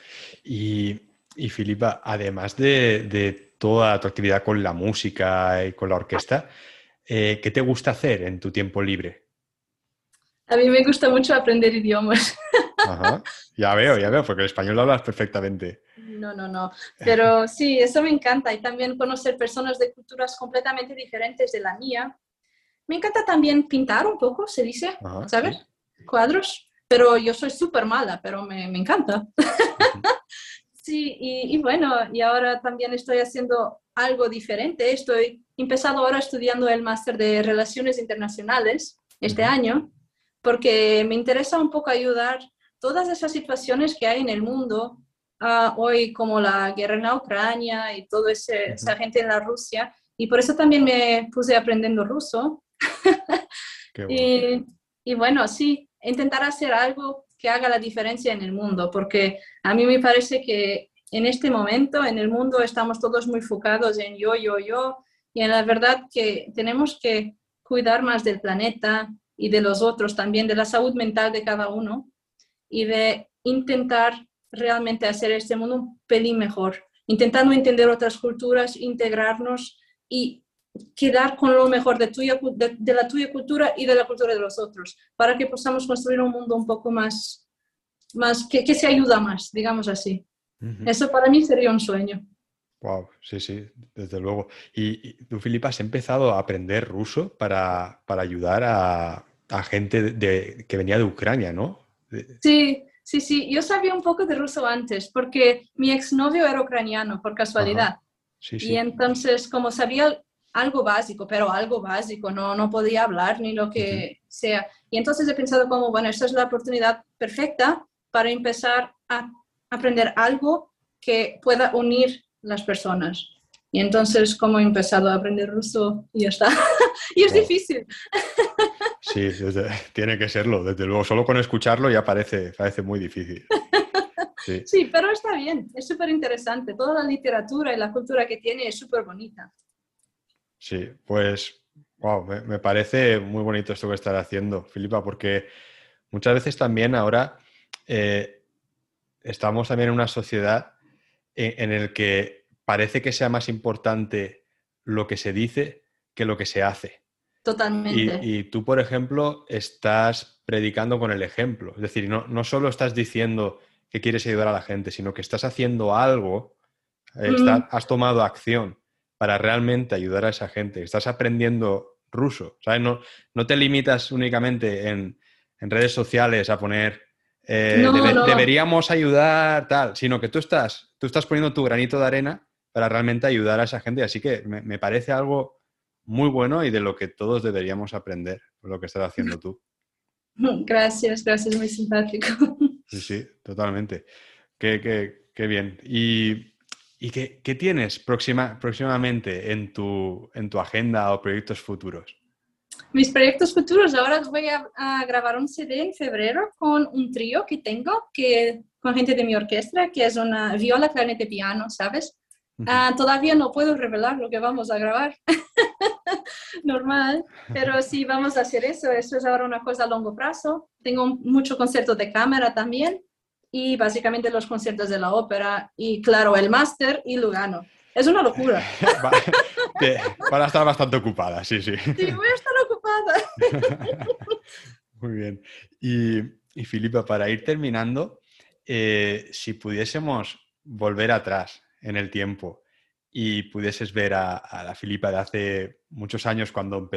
Y Filipa, además de toda tu actividad con la música y con la orquesta, ¿qué te gusta hacer en tu tiempo libre? A mí me gusta mucho aprender idiomas. Ajá. Ya veo, porque el español lo hablas perfectamente. No, no, no. Pero sí, eso me encanta. Y también conocer personas de culturas completamente diferentes de la mía. Me encanta también pintar un poco, se dice, Ajá, ¿sabes? sí. Cuadros. Pero yo soy súper mala, pero me encanta. Ujú, Sí, y bueno, y ahora también estoy haciendo algo diferente. Estoy empezando ahora estudiando el máster de Relaciones Internacionales este ujú, año, porque me interesa un poco ayudar todas esas situaciones que hay en el mundo hoy, como la guerra en la Ucrania y toda esa ujú. gente en la Rusia. Y por eso también me puse aprendiendo ruso. Qué bueno. Y bueno, sí, intentar hacer algo que haga la diferencia en el mundo, porque a mí me parece que en este momento en el mundo estamos todos muy enfocados en yo, y en la verdad que tenemos que cuidar más del planeta y de los otros, también de la salud mental de cada uno y de intentar realmente hacer este mundo un pelín mejor, intentando entender otras culturas, integrarnos y quedar con lo mejor de la tuya cultura y de la cultura de los otros, para que podamos construir un mundo un poco más que se ayuda más, digamos así. Ujú. Eso para mí sería un sueño. Wow, sí, desde luego. Y tú, Filipa, has empezado a aprender ruso para ayudar a gente que venía de Ucrania, ¿no? Sí. Yo sabía un poco de ruso antes, porque mi exnovio era ucraniano, por Ajá, casualidad. sí, Y sí. entonces, como sabía algo básico, pero algo básico, no podía hablar ni lo Ujú. que sea. Y entonces he pensado como, bueno, esta es la oportunidad perfecta para empezar a aprender algo que pueda unir las personas. Y entonces, como he empezado a aprender ruso y ya está. Y es Wow. difícil. Sí, tiene que serlo, desde luego. Solo con escucharlo ya parece muy difícil. Sí, Sí, pero está bien, es súper interesante. Toda la literatura y la cultura que tiene es súper bonita. sí. Pues, wow, me parece muy bonito esto que estás haciendo, Filipa, porque muchas veces también ahora eh, estamos también en una sociedad en el que parece que sea más importante lo que se dice que lo que se hace. Totalmente. Y tú, por ejemplo, estás predicando con el ejemplo. Es decir, no solo estás diciendo que quieres ayudar a la gente, sino que estás haciendo algo, Mm, has tomado acción para realmente ayudar a esa gente. Estás aprendiendo ruso, ¿sabes? No te limitas únicamente en redes sociales a poner no. deberíamos ayudar, tal, sino que tú estás poniendo tu granito de arena para realmente ayudar a esa gente. Así que me parece algo muy bueno y de lo que todos deberíamos aprender, lo que estás haciendo tú. Gracias, muy simpático. Sí, totalmente. Qué bien. ¿Y qué tienes próximamente en tu agenda o proyectos futuros? Mis proyectos futuros, ahora voy a grabar un CD en febrero con un trío que tengo, con gente de mi orquesta, que es una viola, clarinete, piano, ¿sabes? Ujú. Todavía no puedo revelar lo que vamos a grabar, normal, pero sí vamos a hacer eso. Eso es ahora una cosa a largo plazo. Tengo muchos conciertos de cámara también y básicamente los conciertos de la ópera y claro, el máster y Lugano. Es una locura. Va- Van a estar bastante ocupadas, sí, sí. Sí, voy a estar ocupada. Muy bien. Y Filipa, para ir terminando, si pudiésemos volver atrás en el tiempo y pudieses ver a la Filipa de hace muchos años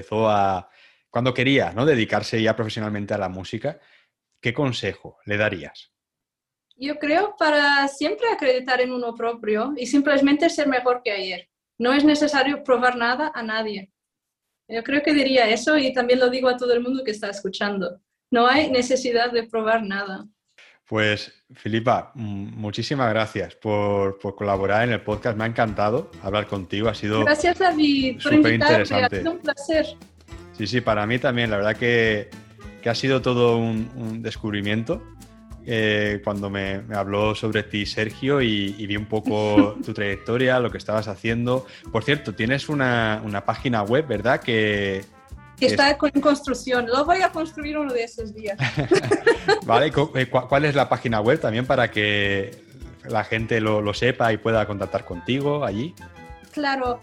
cuando quería, ¿no?, dedicarse ya profesionalmente a la música, ¿qué consejo le darías? Yo creo para siempre acreditar en uno propio y simplemente ser mejor que ayer. No es necesario probar nada a nadie. Yo creo que diría eso y también lo digo a todo el mundo que está escuchando. No hay necesidad de probar nada. Pues, Filipa, muchísimas gracias por colaborar en el podcast. Me ha encantado hablar contigo. Ha sido Gracias, David, por súper invitarme. Ha interesante. sido un placer. Sí, para mí también. La verdad que ha sido todo un descubrimiento cuando me habló sobre ti, Sergio, y vi un poco tu trayectoria, lo que estabas haciendo. Por cierto, tienes una página web, ¿verdad? Que Que es... está en construcción. Lo voy a construir uno de esos días. Vale, ¿cuál es la página web también para que la gente lo sepa y pueda contactar contigo allí? Claro,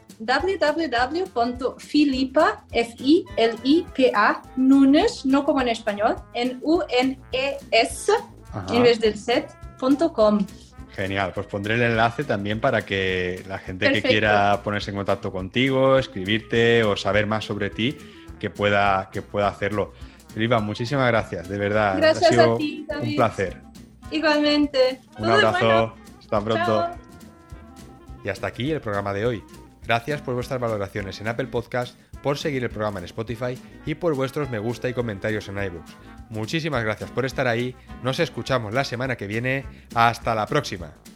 www.filipa, Filipa, Nunes, no como en español, en UNES, Ajá. en vez del set.com. Genial, pues pondré el enlace también para que la gente que Perfecto. quiera ponerse en contacto contigo, escribirte o saber más sobre ti, que pueda hacerlo. Filipa, muchísimas gracias, de verdad. Gracias Ha sido a ti, David. un placer. Igualmente. Un Todo abrazo. bueno. Hasta pronto. Chao. Y hasta aquí el programa de hoy. Gracias por vuestras valoraciones en Apple Podcast, por seguir el programa en Spotify y por vuestros me gusta y comentarios en iVoox. Muchísimas gracias por estar ahí. Nos escuchamos la semana que viene. Hasta la próxima.